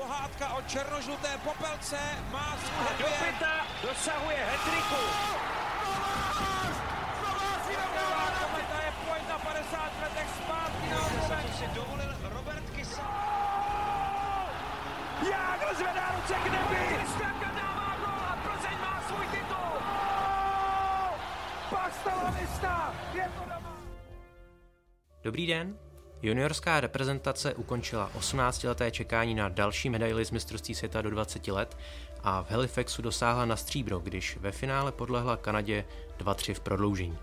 pohádka o černožluté popelce má svůj happy end. Dopita dosahuje hat-tricku. Kometa je pojď na 50 letech zpátky na oblomek. To si dovolil Robert Kysa. Jágr zvedá ruce k nebi. Kristianka dává gól a Plzeň má svůj titul. Pasta la vista, je to doma. Dobrý den. Juniorská reprezentace ukončila 18-leté čekání na další medaili z mistrovství světa do 20 let a v Halifaxu dosáhla na stříbro, když ve finále podlehla Kanadě 2-3 v prodloužení.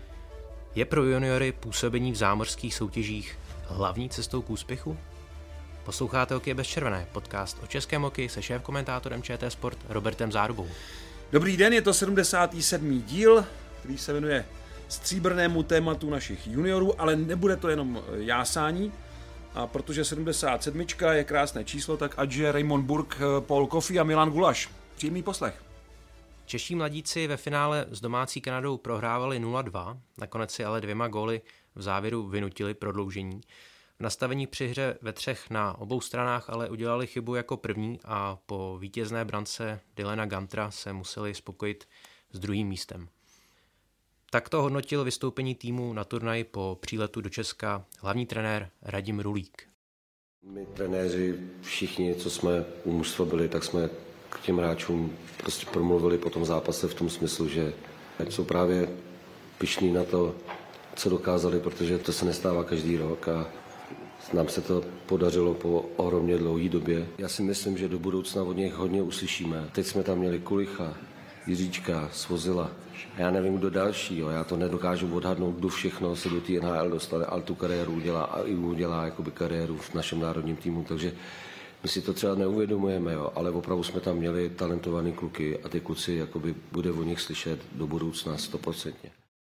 Je pro juniory působení v zámořských soutěžích hlavní cestou k úspěchu? Posloucháte Hokej bez červené, podcast o českém hokeji se šéfkomentátorem ČT Sport Robertem Zárubou. Dobrý den, je to 77. díl, který se věnuje stříbrnému tématu našich juniorů, ale nebude to jenom jásání, a protože 77. je krásné číslo, tak ať je Raymond Burk, Paul Coffey a Milan Gulaš. Příjemný poslech. Čeští mladíci ve finále s domácí Kanadou prohrávali 0-2, nakonec si ale 2 góly v závěru vynutili prodloužení. V nastavení při hře ve 3 na obou stranách ale udělali chybu jako první a po vítězné brance Dylana Guntra se museli spokojit s druhým místem. Takto hodnotil vystoupení týmu na turnaji po příletu do Česka hlavní trenér Radim Rulík. My trenéři všichni, co jsme u mužstva byli, tak jsme k těm hráčům prostě promluvili po tom zápase v tom smyslu, že jsou právě pyšní na to, co dokázali, protože to se nestává každý rok a nám se to podařilo po ohromně dlouhé době. Já si myslím, že do budoucna od něch hodně uslyšíme. Teď jsme tam měli Kulicha, Jiříčka, Svozila. Já nevím, kdo další, já to nedokážu odhadnout, kdo všechno se do té NHL dostane, ale tu kariéru udělá a i udělá jakoby kariéru v našem národním týmu, takže my si to třeba neuvědomujeme, ale opravdu jsme tam měli talentovaný kluky a ty kluci jakoby bude o nich slyšet do budoucna 100%.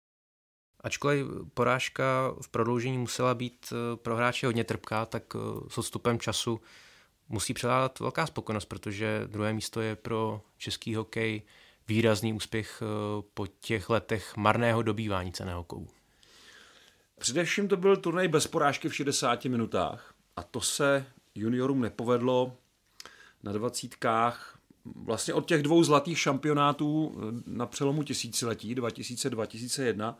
Ačkoliv porážka v prodloužení musela být pro hráče hodně trpká, tak s odstupem času musí převládat velká spokojenost, protože druhé místo je pro český hokej výrazný úspěch po těch letech marného dobývání cenného kovu. Především to byl turnaj bez porážky v 60 minutách a to se juniorům nepovedlo na 20. Vlastně od těch 2 zlatých šampionátů na přelomu tisíciletí 2000-2001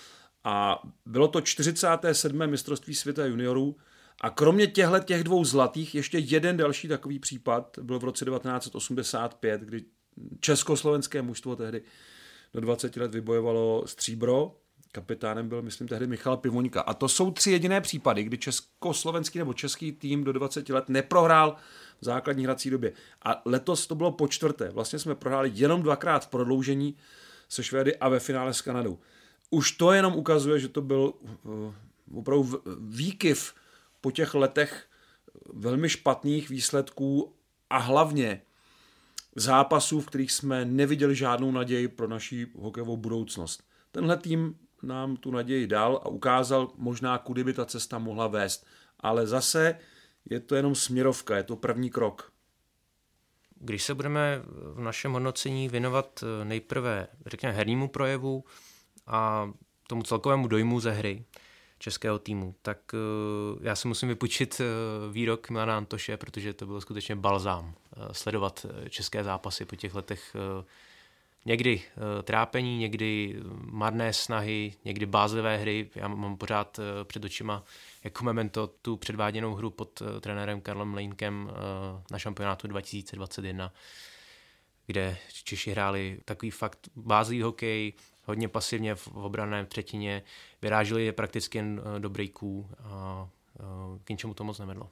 a bylo to 47. mistrovství světa juniorů a kromě těch 2 zlatých ještě jeden další takový případ byl v roce 1985, kdy československé mužstvo tehdy do 20 let vybojovalo stříbro. Kapitánem byl, myslím, tehdy Michal Pivoňka. A to jsou 3 jediné případy, kdy československý nebo český tým do 20 let neprohrál v základní hrací době. A letos to bylo po 4. Vlastně jsme prohráli jenom 2krát v prodloužení se Švédy a ve finále s Kanadou. Už to jenom ukazuje, že to byl opravdu výkyv po těch letech velmi špatných výsledků a hlavně zápasů, v kterých jsme neviděli žádnou naději pro naši hokejovou budoucnost. Tenhle tým nám tu naději dal a ukázal možná, kudy by ta cesta mohla vést. Ale zase je to jenom směrovka, je to první krok. Když se budeme v našem hodnocení věnovat nejprve, řekněme, hernímu projevu a tomu celkovému dojmu ze hry českého týmu, tak já si musím vypůjčit výrok Milana Antoše, protože to bylo skutečně balzám sledovat české zápasy po těch letech někdy trápení, někdy marné snahy, někdy bázlivé hry. Já mám pořád před očima jako memento tu předváděnou hru pod trenérem Karlem Lejnkem na šampionátu 2021, kde Češi hráli takový fakt bázlivý hokej, hodně pasivně v obranném třetině, vyráželi je prakticky jen do breaků a k ničemu to moc nevedlo.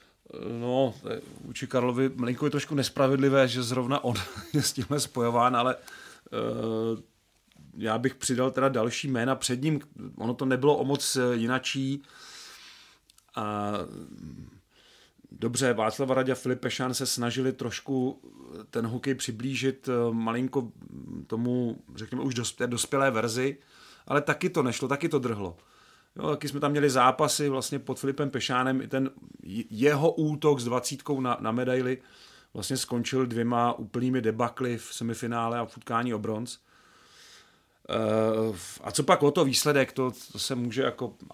No, vůči Karlovi Mlejnkovi trošku nespravedlivé, že zrovna on je s tímhle spojován, ale já bych přidal teda další jména před ním. Ono to nebylo o moc jinačí. A dobře, Václav Raď a Filip Pešán se snažili trošku ten hokej přiblížit malinko tomu, řekněme, už dospělé verzi, ale taky to nešlo, taky to drhlo. Jo, taky jsme tam měli zápasy vlastně pod Filipem Pešánem, i ten jeho útok s 20 na medaili vlastně skončil 2 úplnými debakly v semifinále a v utkání o bronz. A co pak o to výsledek, to se může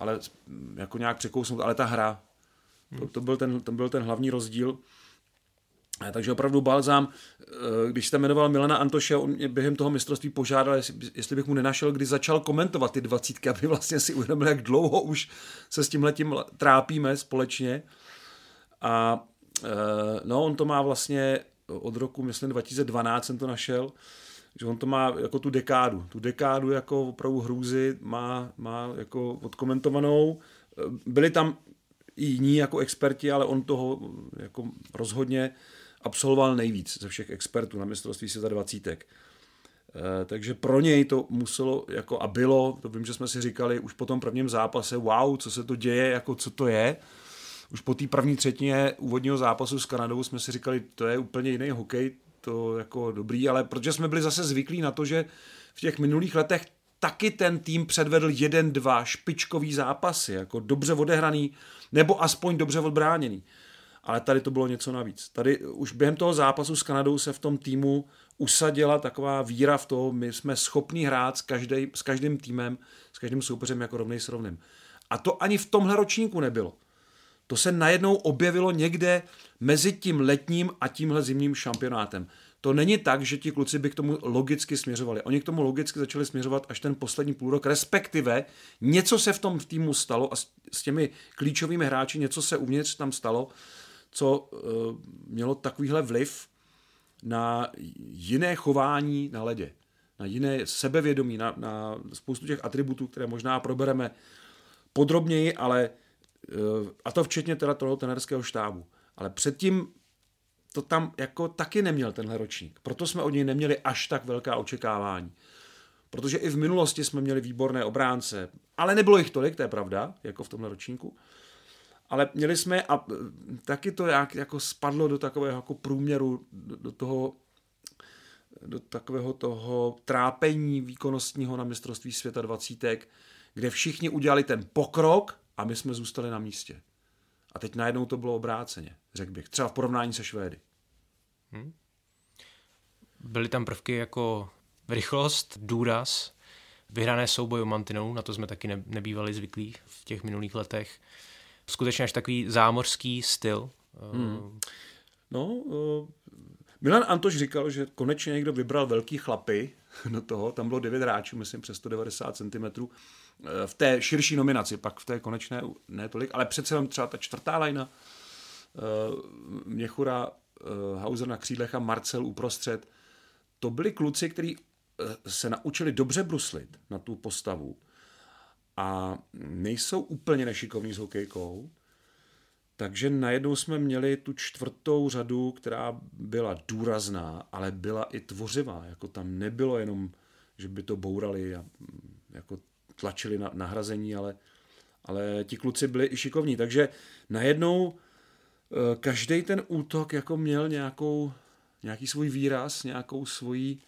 jako nějak překousnout, ale ta hra, to byl ten hlavní rozdíl. Takže opravdu balzám. Když jste jmenoval Milana Antoše, on mě během toho mistrovství požádal, jestli bych mu nenašel, kdy začal komentovat ty 20, aby vlastně si uvědomil, jak dlouho už se s tímhletím trápíme společně. A no, on to má vlastně od roku, myslím, 2012 jsem to našel, že on to má jako tu dekádu jako opravdu hrůzy má jako odkomentovanou. Byli tam i jiní jako experti, ale on toho jako rozhodně absolvoval nejvíc ze všech expertů na mistrovství světa 20. Takže pro něj to muselo jako a bylo, to vím, že jsme si říkali už po tom prvním zápase, wow, co se to děje, jako co to je. Už po té první třetině úvodního zápasu s Kanadou jsme si říkali, to je úplně jiný hokej, to jako dobrý, ale protože jsme byli zase zvyklí na to, že v těch minulých letech taky ten tým předvedl 1-2 špičkový zápasy, jako dobře odehraný, nebo aspoň dobře odbráněný. Ale tady to bylo něco navíc. Tady už během toho zápasu s Kanadou se v tom týmu usadila taková víra v to, my jsme schopní hrát s každým týmem, s každým soupeřem jako rovnej s rovným. A to ani v tomhle ročníku nebylo. To se najednou objevilo někde mezi tím letním a tímhle zimním šampionátem. To není tak, že ti kluci by k tomu logicky směřovali. Oni k tomu logicky začali směřovat až ten poslední půlrok, respektive něco se v tom týmu stalo a s těmi klíčovými hráči něco se uvnitř tam stalo, co mělo takovýhle vliv na jiné chování na ledě, na jiné sebevědomí, na spoustu těch atributů, které možná probereme podrobněji, ale a to včetně teda toho trenérského štábu. Ale předtím to tam jako taky neměl tenhle ročník. Proto jsme od něj neměli až tak velká očekávání. Protože i v minulosti jsme měli výborné obránce, ale nebylo jich tolik, to je pravda, jako v tomhle ročníku. Ale měli jsme a taky to jako spadlo do takového jako průměru, do takového toho trápení výkonnostního na mistrovství světa 20, kde všichni udělali ten pokrok a my jsme zůstali na místě. A teď najednou to bylo obráceně, řekl bych. Třeba v porovnání se Švédy. Byly tam prvky jako rychlost, důraz, vyhrané souboje o mantinelu, na to jsme taky nebývali zvyklí v těch minulých letech. Skutečně až takový zámořský styl. No, Milan Antoš říkal, že konečně někdo vybral velký chlapy do toho. Tam bylo 9 hráčů, myslím, přes 190 cm. V té širší nominaci, pak v té konečné ne tolik, ale přece jenom třeba ta čtvrtá lajna, Měchura, Hauser na křídlech a Marcel uprostřed. To byli kluci, kteří se naučili dobře bruslit na tu postavu a nejsou úplně nešikovní s hokejkou, takže najednou jsme měli tu čtvrtou řadu, která byla důrazná, ale byla i tvořivá. Jako tam nebylo jenom, že by to bourali a jako tlačili na nahrazení, ale ti kluci byli i šikovní. Takže najednou každý ten útok jako měl nějaký svůj výraz, nějakou svoji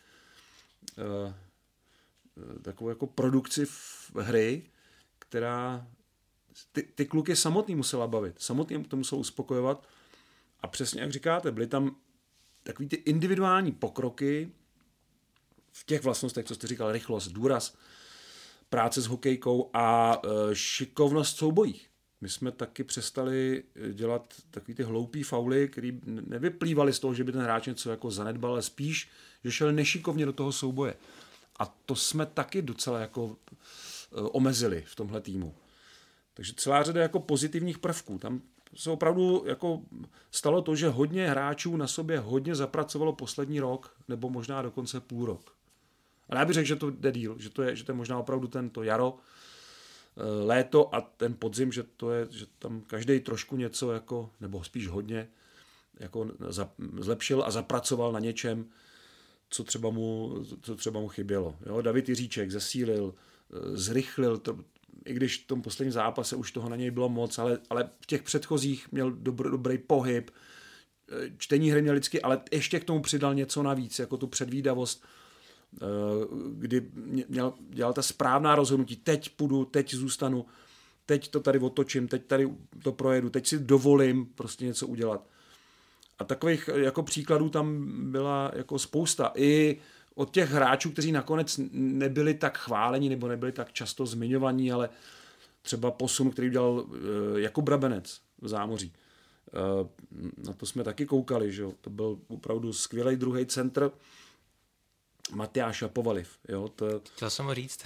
takovou jako produkci v hry, která ty kluky samotný musela bavit, samotný to muselo uspokojovat a přesně jak říkáte, byly tam takový ty individuální pokroky v těch vlastnostech, co jste říkal, rychlost, důraz, práce s hokejkou a šikovnost v soubojích. My jsme taky přestali dělat takový ty hloupý fauly, které nevyplývaly z toho, že by ten hráč něco jako zanedbal, ale spíš, že šel nešikovně do toho souboje. A to jsme taky docela jako omezili v tomhle týmu. Takže celá řada jako pozitivních prvků. Tam se opravdu jako stalo to, že hodně hráčů na sobě hodně zapracovalo poslední rok, nebo možná dokonce půl rok. Ale já bych řekl, že to jde díl, že to je možná opravdu to jaro, léto a ten podzim, že tam každý trošku něco jako, nebo spíš hodně, jako zlepšil a zapracoval na něčem, co třeba mu chybělo. Jo? David Jiříček zesílil, zrychlil to, i když v tom posledním zápase už toho na něj bylo moc, ale v těch předchozích měl dobrý pohyb, čtení hry měl vždycky, ale ještě k tomu přidal něco navíc, jako tu předvídavost, kdy dělal ta správná rozhodnutí, teď půjdu, teď zůstanu, teď to tady otočím, teď tady to projedu, teď si dovolím prostě něco udělat. A takových jako příkladů tam byla jako spousta. I od těch hráčů, kteří nakonec nebyli tak chváleni nebo nebyli tak často zmiňovaní, ale třeba posun, který udělal Jakub Brabenec v Zámoří. Na to jsme taky koukali, že jo? To byl opravdu skvělý druhý centr Matyáš Šapovaliv. Jo? Chtěl jsem ho říct.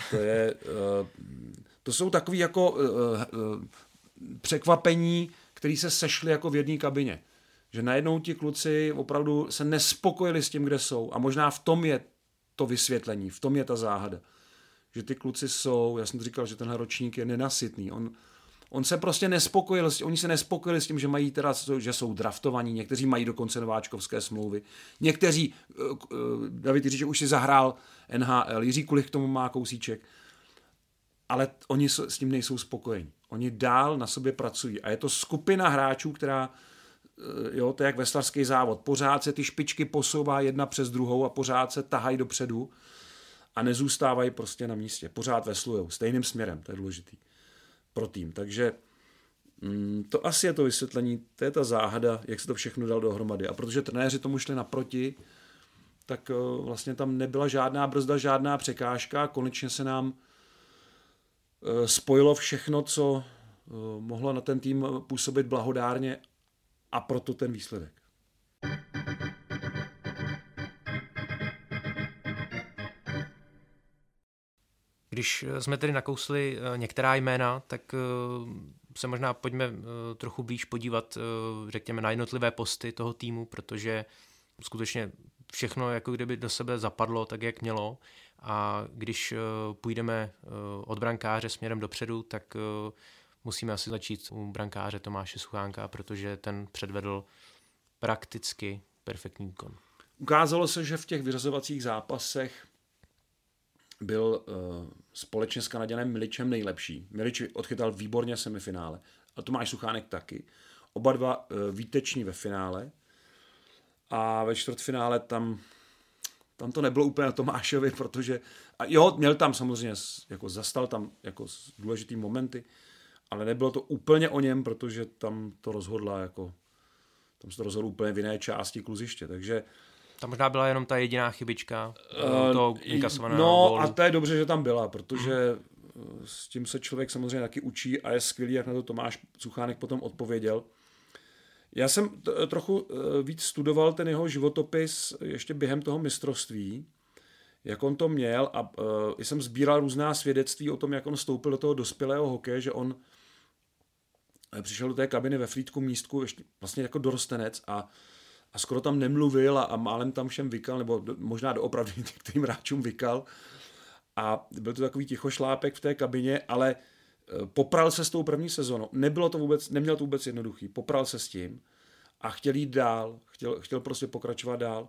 To jsou takový jako překvapení, který se sešly jako v jedné kabině. Že najednou ti kluci opravdu se nespokojili s tím, kde jsou. A možná v tom je to vysvětlení, v tom je ta záhada. Že ty kluci jsou, já jsem to říkal, že tenhle ročník je nenasytný. On se prostě nespokojil, oni se nespokojili s tím, že mají teda, že jsou draftovaní, někteří mají dokonce nováčkovské smlouvy, někteří, David Jiříček už si zahrál NHL, Jiří Kulich k tomu má kousíček, ale oni s tím nejsou spokojení. Oni dál na sobě pracují a je to skupina hráčů, která, jo, to je jak veslařský závod, pořád se ty špičky posouvá jedna přes druhou a pořád se tahají dopředu a nezůstávají prostě na místě, pořád veslujou stejným směrem, to je důležitý pro tým. Takže to asi je to vysvětlení, to je ta záhada, jak se to všechno dal dohromady. A protože trenéři tomu šli naproti, tak vlastně tam nebyla žádná brzda, žádná překážka. Konečně se nám spojilo všechno, co mohlo na ten tým působit blahodárně a proto ten výsledek. Když jsme tedy nakousli některá jména, tak se možná pojďme trochu blíž podívat, řekněme, na jednotlivé posty toho týmu, protože skutečně všechno jako kdyby do sebe zapadlo tak, jak mělo. A když půjdeme od brankáře směrem dopředu, tak musíme asi začít u brankáře Tomáše Suchánka, protože ten předvedl prakticky perfektní výkon. Ukázalo se, že v těch vyřazovacích zápasech byl společně s Kanaďanem Miličem nejlepší. Milič odchytal výborně semifinále a Tomáš Suchánek taky. Oba dva výteční ve finále a ve čtvrtfinále tam to nebylo úplně na Tomášovi, protože měl tam samozřejmě, jako zastal tam jako důležitý momenty, ale nebylo to úplně o něm, protože tam se to rozhodlo úplně v jiné části kluziště, takže tam možná byla jenom ta jediná chybička toho inkasovaného gólu. A to je dobře, že tam byla, protože s tím se člověk samozřejmě taky učí a je skvělý, jak na to Tomáš Suchánek potom odpověděl. Já jsem trochu víc studoval ten jeho životopis ještě během toho mistrovství, jak on to měl a jsem sbíral různá svědectví o tom, jak on vstoupil do toho dospělého hokeje, že on přišel do té kabiny ve Frýdku místku ještě vlastně jako dorostenec a skoro tam nemluvil a málem tam všem vykal, nebo možná doopravdy některým hráčům vykal. A byl to takový tichošlápek v té kabině, ale popral se s tou první sezónou. Neměl to vůbec jednoduchý. Popral se s tím a chtěl jít dál. Chtěl prostě pokračovat dál.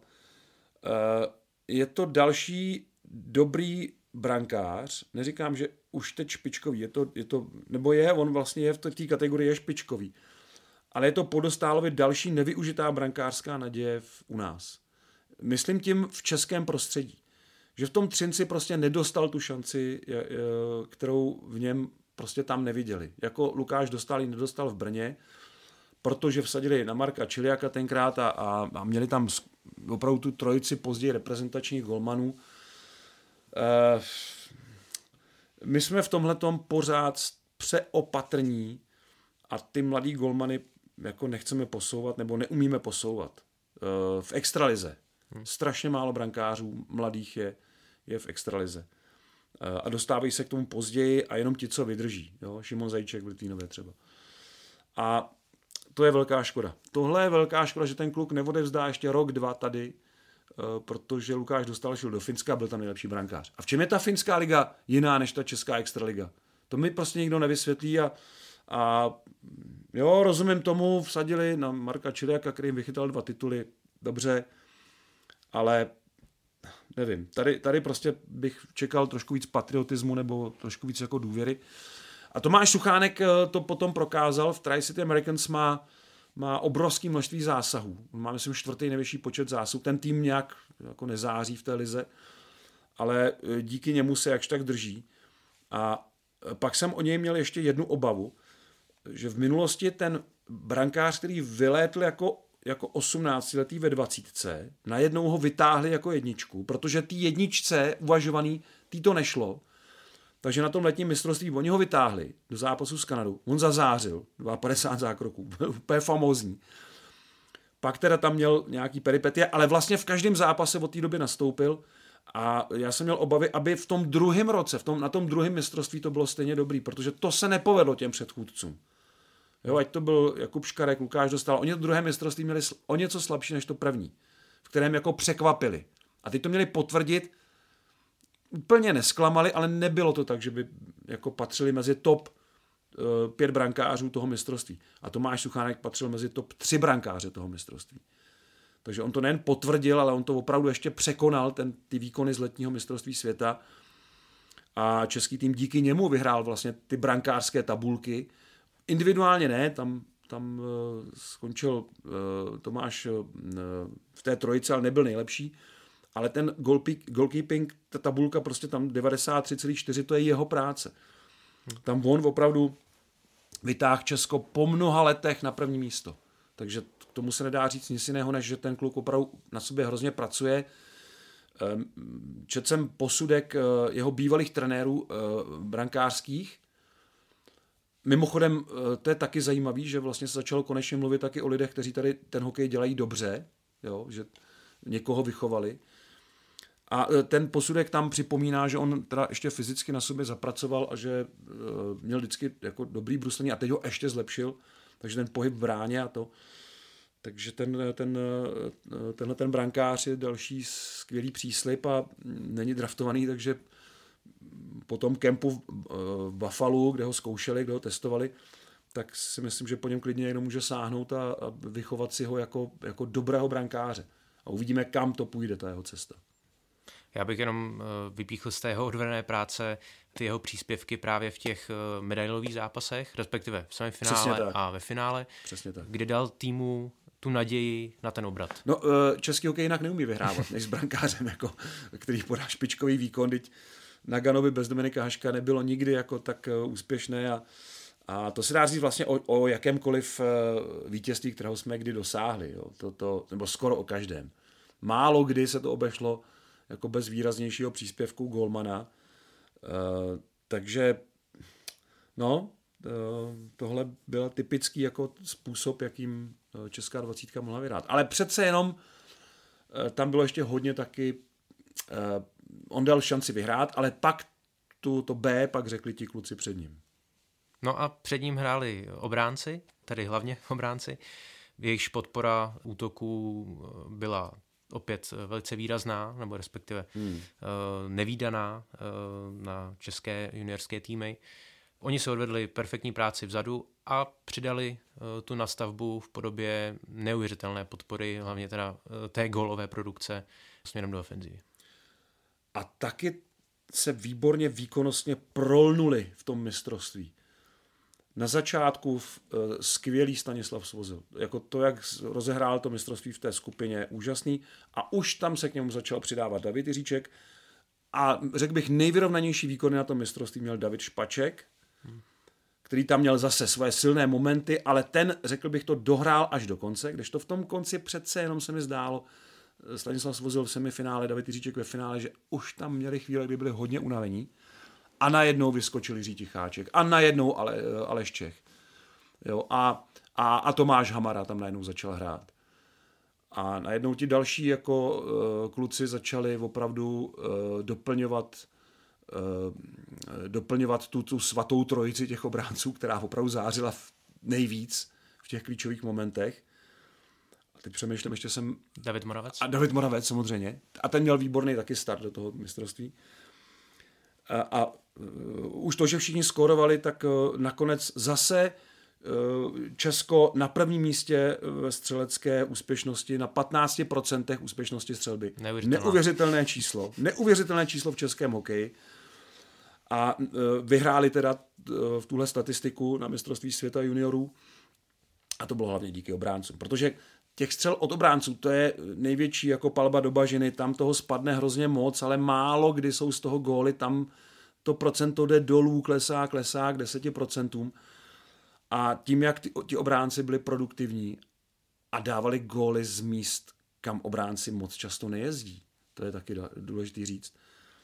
Je to další dobrý brankář. Neříkám, že už teď špičkový. On vlastně je v té kategorii je špičkový. Ale je to po Dostálovi další nevyužitá brankářská naděje u nás. Myslím tím v českém prostředí. Že v tom Třinci prostě nedostal tu šanci, kterou v něm prostě tam neviděli. Jako Lukáš Dostálý nedostal v Brně, protože vsadili na Marka Čiliaka tenkrát a měli tam opravdu tu trojici později reprezentačních golmanů. My jsme v tomhletom pořád přeopatrní a ty mladý golmany jako nechceme posouvat nebo neumíme posouvat. V extralize. Strašně málo brankářů mladých je v extralize. A dostávají se k tomu později a jenom ti, co vydrží. Jo? Šimon Zajíček v Litvínově třeba. A to je velká škoda. Tohle je velká škoda, že ten kluk neodevzdá ještě rok, 2 tady, protože Lukáš Dostál šel do Finska a byl tam nejlepší brankář. A v čem je ta finská liga jiná než ta česká extraliga? To mi prostě nikdo nevysvětlí a jo, rozumím tomu, vsadili na Marka Čiliaka, který jim vychytal 2 tituly, dobře, ale nevím, tady prostě bych čekal trošku víc patriotismu nebo trošku víc jako důvěry. A Tomáš Suchánek to potom prokázal, v Tri-City Americans má obrovské množství zásahů. On má, myslím, 4. nejvyšší počet zásahů. Ten tým nějak jako nezáří v té lize, ale díky němu se jakž tak drží. A pak jsem o něj měl ještě jednu obavu, že v minulosti ten brankář, který vylétl jako 18letý ve 20, najednou ho vytáhli jako jedničku, protože té jedničce uvažovaný, tý to nešlo. Takže na tom letním mistrovství oni ho vytáhli do zápasu s Kanadou. On zazářil, 50 zákroků, byl úplně famózní. Pak teda tam měl nějaký peripetie, ale vlastně v každém zápase od té doby nastoupil a já jsem měl obavy, aby v tom druhém roce, na tom druhém mistrovství to bylo stejně dobrý, protože to se nepovedlo těm předchůdcům. Jo, ať to byl Jakub Škarek, Lukáš Dostál, oni to druhé mistrovství měli o něco slabší než to první, v kterém jako překvapili. A teď to měli potvrdit, úplně nesklamali, ale nebylo to tak, že by jako patřili mezi top 5 brankářů toho mistrovství. A Tomáš Suchánek patřil mezi top 3 brankáře toho mistrovství. Takže on to nejen potvrdil, ale on to opravdu ještě překonal, ty výkony z letního mistrovství světa. A český tým díky němu vyhrál vlastně ty brankářské tabulky. Individuálně ne, tam skončil Tomáš v té trojici, ale nebyl nejlepší. Ale ten goalkeeping, ta tabulka prostě tam 93,4, to je jeho práce. Tam on opravdu vytáhl Česko po mnoha letech na první místo. Takže k tomu se nedá říct nic jiného, než že ten kluk opravdu na sobě hrozně pracuje. Četl jsem posudek jeho bývalých trenérů brankářských. Mimochodem, to je taky zajímavý, že vlastně se začalo konečně mluvit taky o lidech, kteří tady ten hokej dělají dobře, jo, že někoho vychovali. A ten posudek tam připomíná, že on teda ještě fyzicky na sobě zapracoval a že měl vždycky jako dobrý bruslení a teď ho ještě zlepšil, takže ten pohyb v bráně a to. Takže tenhle ten brankář je další skvělý příslib a není draftovaný, takže po tom kempu v Buffalo, kde ho zkoušeli, kde ho testovali, tak si myslím, že po něm klidně někdo může sáhnout a vychovat si ho jako dobrého brankáře. A uvidíme, kam to půjde, ta jeho cesta. Já bych jenom vypíchl z té jeho odvedené práce ty jeho příspěvky právě v těch medailových zápasech, respektive v semifinále a ve finále, kde dal týmu tu naději na ten obrat. No, český hokej jinak neumí vyhrávat, než s brankářem, jako, který podá špičkový výkon. Teď na Ganovi bez Dominika Haška nebylo nikdy jako tak úspěšné a to se dá říct vlastně o jakémkoliv vítězství, kterého jsme kdy dosáhli. Jo. Nebo skoro o každém. Málo kdy se to obešlo jako bez výraznějšího příspěvku gólmana. Takže tohle byl typický jako způsob, jakým česká 20 mohla vyhrát. Ale přece jenom tam bylo ještě hodně taky, on dal šanci vyhrát, ale pak to B pak řekli ti kluci před ním. No a před ním hráli obránci, tady hlavně obránci. Jejichž podpora útoků byla opět velice výrazná, nebo respektive nevídaná na české juniorské týmy. Oni se odvedli perfektní práci vzadu a přidali tu nastavbu v podobě neuvěřitelné podpory, hlavně teda té gólové produkce směrem do ofenzivy. A taky se výborně výkonnostně prolnuli v tom mistrovství. Na začátku skvělý Stanislav Svozil. Jako to, jak rozehrál to mistrovství v té skupině, úžasný. A už tam se k němu začal přidávat David Jiříček. A řekl bych, nejvyrovnanější výkony na tom mistrovství měl David Špaček, který tam měl zase svoje silné momenty, ale ten, řekl bych, to dohrál až do konce, kdežto v tom konci přece jenom se mi zdálo, Stanislav Svozil v semifinále, David Jiříček ve finále, že už tam měli chvíle, kdy byli hodně unavení. A najednou vyskočil Jiří Ticháček. A najednou Aleš Čech. Jo, a Tomáš Hamara tam najednou začal hrát. A najednou ti další jako kluci začali opravdu doplňovat tu svatou trojici těch obránců, která opravdu zářila nejvíc v těch klíčových momentech. A teď přemýšlím, ještě jsem... David Moravec. A David Moravec samozřejmě. A ten měl výborný taky start do toho mistrovství. A už to, že všichni skórovali, tak nakonec zase Česko na prvním místě ve střelecké úspěšnosti, na 15% úspěšnosti střelby. Neuvěřitelné číslo v českém hokeji. A vyhráli teda v tuhle statistiku na mistrovství světa juniorů. A to bylo hlavně díky obráncům, protože těch střel od obránců, to je největší jako palba do bažiny, tam toho spadne hrozně moc, ale málo kdy jsou z toho góly, tam to procento jde dolů, klesá k 10%. A tím, jak ti obránci byli produktivní a dávali góly z míst, kam obránci moc často nejezdí, to je taky důležitý říct,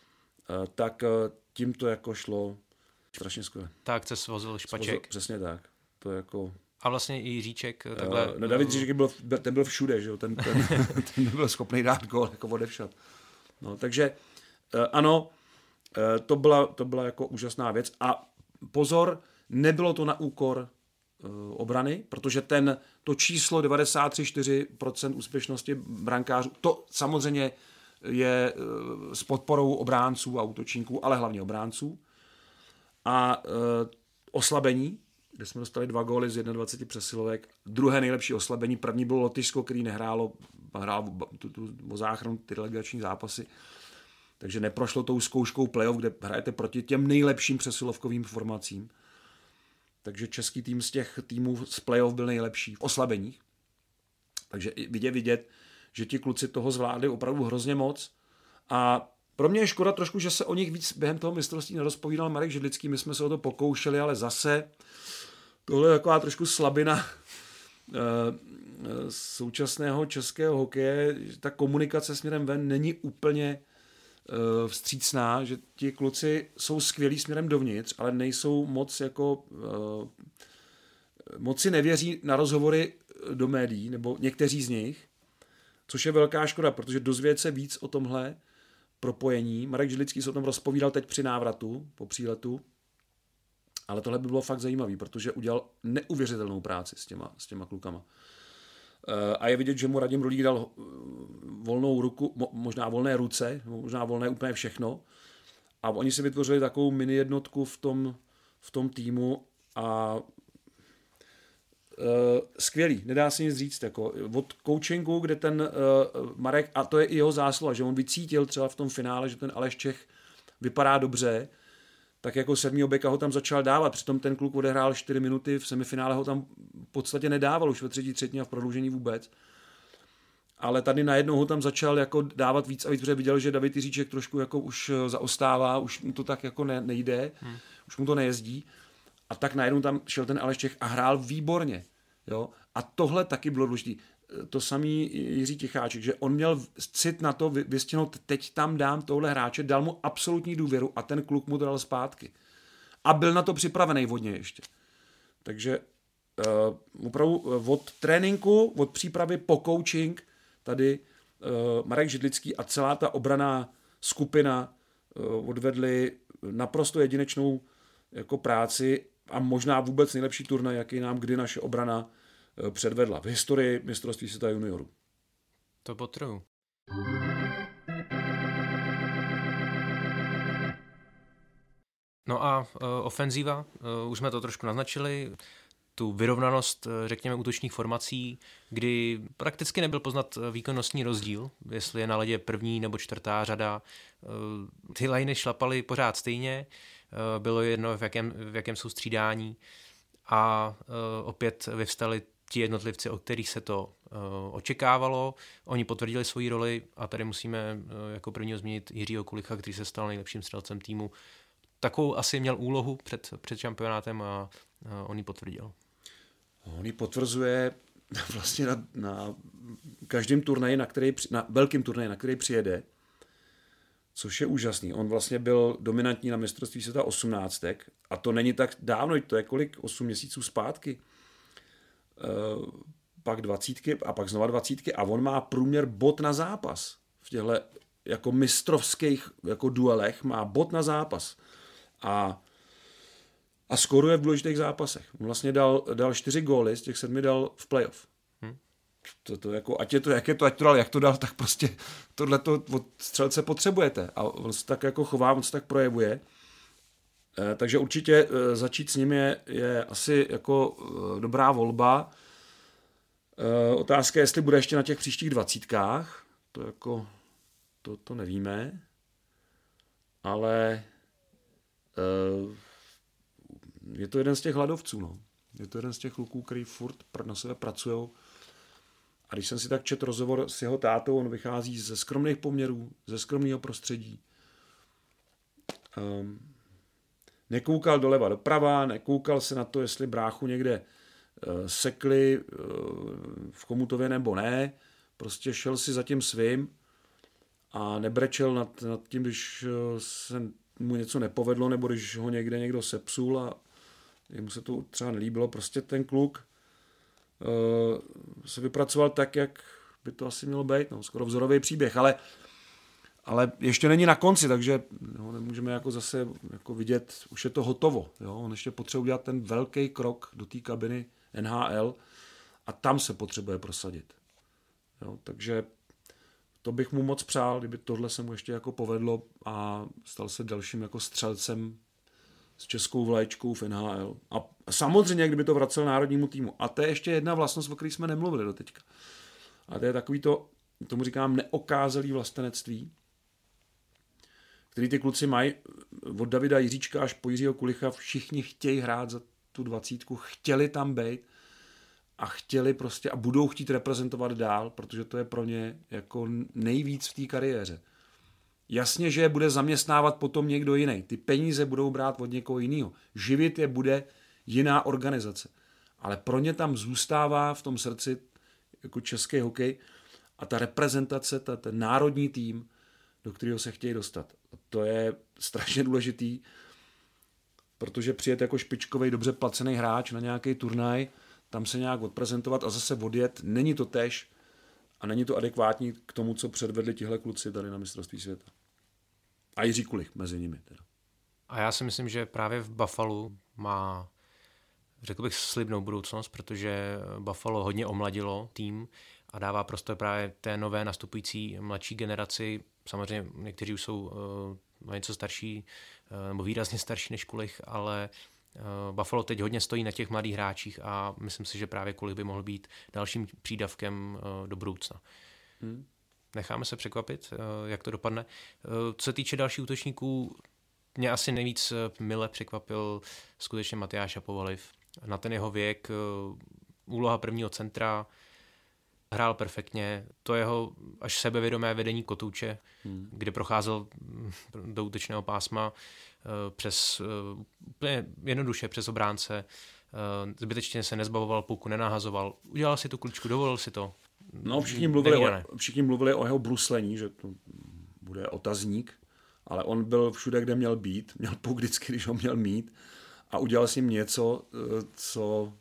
tak tím to jako šlo strašně skvěle. Tak se svozil Špaček. Přesně tak. To jako... A vlastně i Jiříček takhle... No, David Jiříček ten byl všude, že jo? Ten byl schopný dát gól jako odevšat. No, takže ano, to byla jako úžasná věc. A pozor, nebylo to na úkor obrany, protože to číslo 93,4% úspěšnosti brankářů, to samozřejmě je s podporou obránců a útočníků, ale hlavně obránců. A oslabení, kde jsme dostali 2 góly z 21 přesilovek. Druhé nejlepší oslabení, první bylo Lotyšsko, který hrálo o záchranu ty delegační zápasy. Takže neprošlo tou zkouškou playoff, kde hrajete proti těm nejlepším přesilovkovým formacím. Takže český tým z těch týmů z playoff byl nejlepší v oslabeních. Takže vidět, že ti kluci toho zvládli opravdu hrozně moc. A pro mě je škoda trošku, že se o nich víc během toho mistrovství nerozpovídal Marek Židlický. My jsme se o to pokoušeli, ale zase tohle je taková trošku slabina současného českého hokeje. Ta komunikace směrem ven není úplně vstřícná, že ti kluci jsou skvělí směrem dovnitř, ale nejsou moc jako moc si nevěří na rozhovory do médií, nebo někteří z nich, což je velká škoda, protože dozvědět se víc o tomhle propojení. Marek Židlický se o tom rozpovídal teď při návratu, po příletu, ale tohle by bylo fakt zajímavý, protože udělal neuvěřitelnou práci s těma klukama. A je vidět, že mu Radim Rulík dal volnou ruku, možná volné ruce, možná volné úplně všechno. A oni si vytvořili takovou mini jednotku v tom týmu a skvělý, nedá se nic říct. Jako od coachingu, kde ten Marek, a to je i jeho zásluha, že on vycítil třeba v tom finále, že ten Aleš Čech vypadá dobře, tak jako 7. beka ho tam začal dávat. Přitom ten kluk odehrál 4 minuty, v semifinále ho tam v podstatě nedával, už ve 3. třetině a v prodloužení vůbec. Ale tady najednou ho tam začal jako dávat víc a víc, protože viděl, že David Jiříček trošku jako už zaostává, už mu to tak jako nejde, už mu to nejezdí. A tak najednou tam šel ten Aleš Čech a hrál výborně. Jo? A tohle taky bylo důležité. To samý Jiří Ticháček, že on měl cit na to vystěhnout, teď tam dám tohle hráče, dal mu absolutní důvěru a ten kluk mu to dal zpátky. A byl na to připravený vodně ještě. Takže opravdu od tréninku, od přípravy po coaching, tady Marek Židlický a celá ta obranná skupina odvedli naprosto jedinečnou jako práci a možná vůbec nejlepší turnaj, jaký nám kdy naše obrana předvedla v historii mistrovství světa juniorů. To potřebuji. No a ofenzíva, už jsme to trošku naznačili, tu vyrovnanost, řekněme, útočních formací, kdy prakticky nebyl poznat výkonnostní rozdíl, jestli je na ledě 1. nebo 4. řada. Ty lajny šlapaly pořád stejně, bylo jedno, v jakém jsou střídání a opět vyvstali ti jednotlivci, od kterých se to očekávalo. Oni potvrdili svoji roli a tady musíme jako prvního zmínit Jiřího Kulicha, který se stal nejlepším střelcem týmu. Takovou asi měl úlohu před šampionátem a on ji potvrdil. On ji potvrzuje vlastně na každém turnaji, na velkém turnaji, na který přijede, což je úžasný. On vlastně byl dominantní na mistrovství světa 18. A to není tak dávno, to je kolik? 8 měsíců zpátky. Pak 20 a pak znova 20 a on má průměr bod na zápas. V těchto jako mistrovských jako duelech má bod na zápas. A skoruje v důležitých zápasech. On vlastně dal 4 góly, z těch 7 dal v playoff. To jako, ať to dal, tak prostě tohleto od střelce potřebujete. A on se tak jako chová, on se tak projevuje. Takže určitě začít s ním je asi jako dobrá volba. Otázka je, jestli bude ještě na těch příštích 20. To jako, to nevíme. Ale je to jeden z těch hladovců. No. Je to jeden z těch kluků, který furt na sebe pracují. A když jsem si tak četl rozhovor s jeho tátou, on vychází ze skromných poměrů, ze skromného prostředí. Nekoukal doleva doprava, nekoukal se na to, jestli bráchu někde sekli v Chomutově nebo ne. Prostě šel si za tím svým a nebrečel nad tím, když se mu něco nepovedlo, nebo když ho někde někdo sepsul a jemu se to třeba nelíbilo. Prostě ten kluk se vypracoval tak, jak by to asi mělo být. No, skoro vzorový příběh, ale ještě není na konci, takže nemůžeme jako zase jako vidět, už je to hotovo. Jo? On ještě potřebuje udělat ten velký krok do té kabiny NHL a tam se potřebuje prosadit. Jo? Takže to bych mu moc přál, kdyby tohle se mu ještě jako povedlo a stal se dalším jako střelcem s českou vlaječkou v NHL. A samozřejmě, kdyby to vracel národnímu týmu. A to je ještě jedna vlastnost, o které jsme nemluvili doteďka. A to je takový to, tomu říkám, neokázalý vlastenectví, který ty kluci mají od Davida Jiříčka až po Jiřího Kulicha, všichni chtějí hrát za tu 20, chtěli tam být a chtěli prostě a budou chtít reprezentovat dál, protože to je pro ně jako nejvíc v té kariéře. Jasně, že je bude zaměstnávat potom někdo jiný. Ty peníze budou brát od někoho jiného. Živit je bude jiná organizace. Ale pro ně tam zůstává v tom srdci jako český hokej a ta reprezentace, ten národní tým, do kterého se chtějí dostat. A to je strašně důležitý, protože přijet jako špičkový, dobře placený hráč na nějaký turnaj, tam se nějak odprezentovat a zase odjet, není to též a není to adekvátní k tomu, co předvedli tihle kluci tady na mistrovství světa. A Jiří Kulich mezi nimi. Teda. A já si myslím, že právě v Buffalu má, řekl bych, slibnou budoucnost, protože Buffalo hodně omladilo tým a dává prostor právě té nové nastupující mladší generaci. Samozřejmě někteří už jsou něco starší nebo výrazně starší než Kulich, ale Buffalo teď hodně stojí na těch mladých hráčích a myslím si, že právě Kulich by mohl být dalším přídavkem do budoucna. Necháme se překvapit, jak to dopadne. Co se týče dalších útočníků, mě asi nejvíc mile překvapil skutečně Matyáš Apovaliv. Na ten jeho věk, úloha prvního centra, hrál perfektně. To jeho až sebevědomé vedení kotouče, kde procházel do útočného pásma přes úplně jednoduše přes obránce. Zbytečně se nezbavoval puku, nenahazoval. Udělal si tu kličku, dovolil si to. No, všichni mluvili o jeho bruslení, že to bude otazník, ale on byl všude, kde měl být. Měl puk vždycky, když ho měl mít a udělal s ním něco, co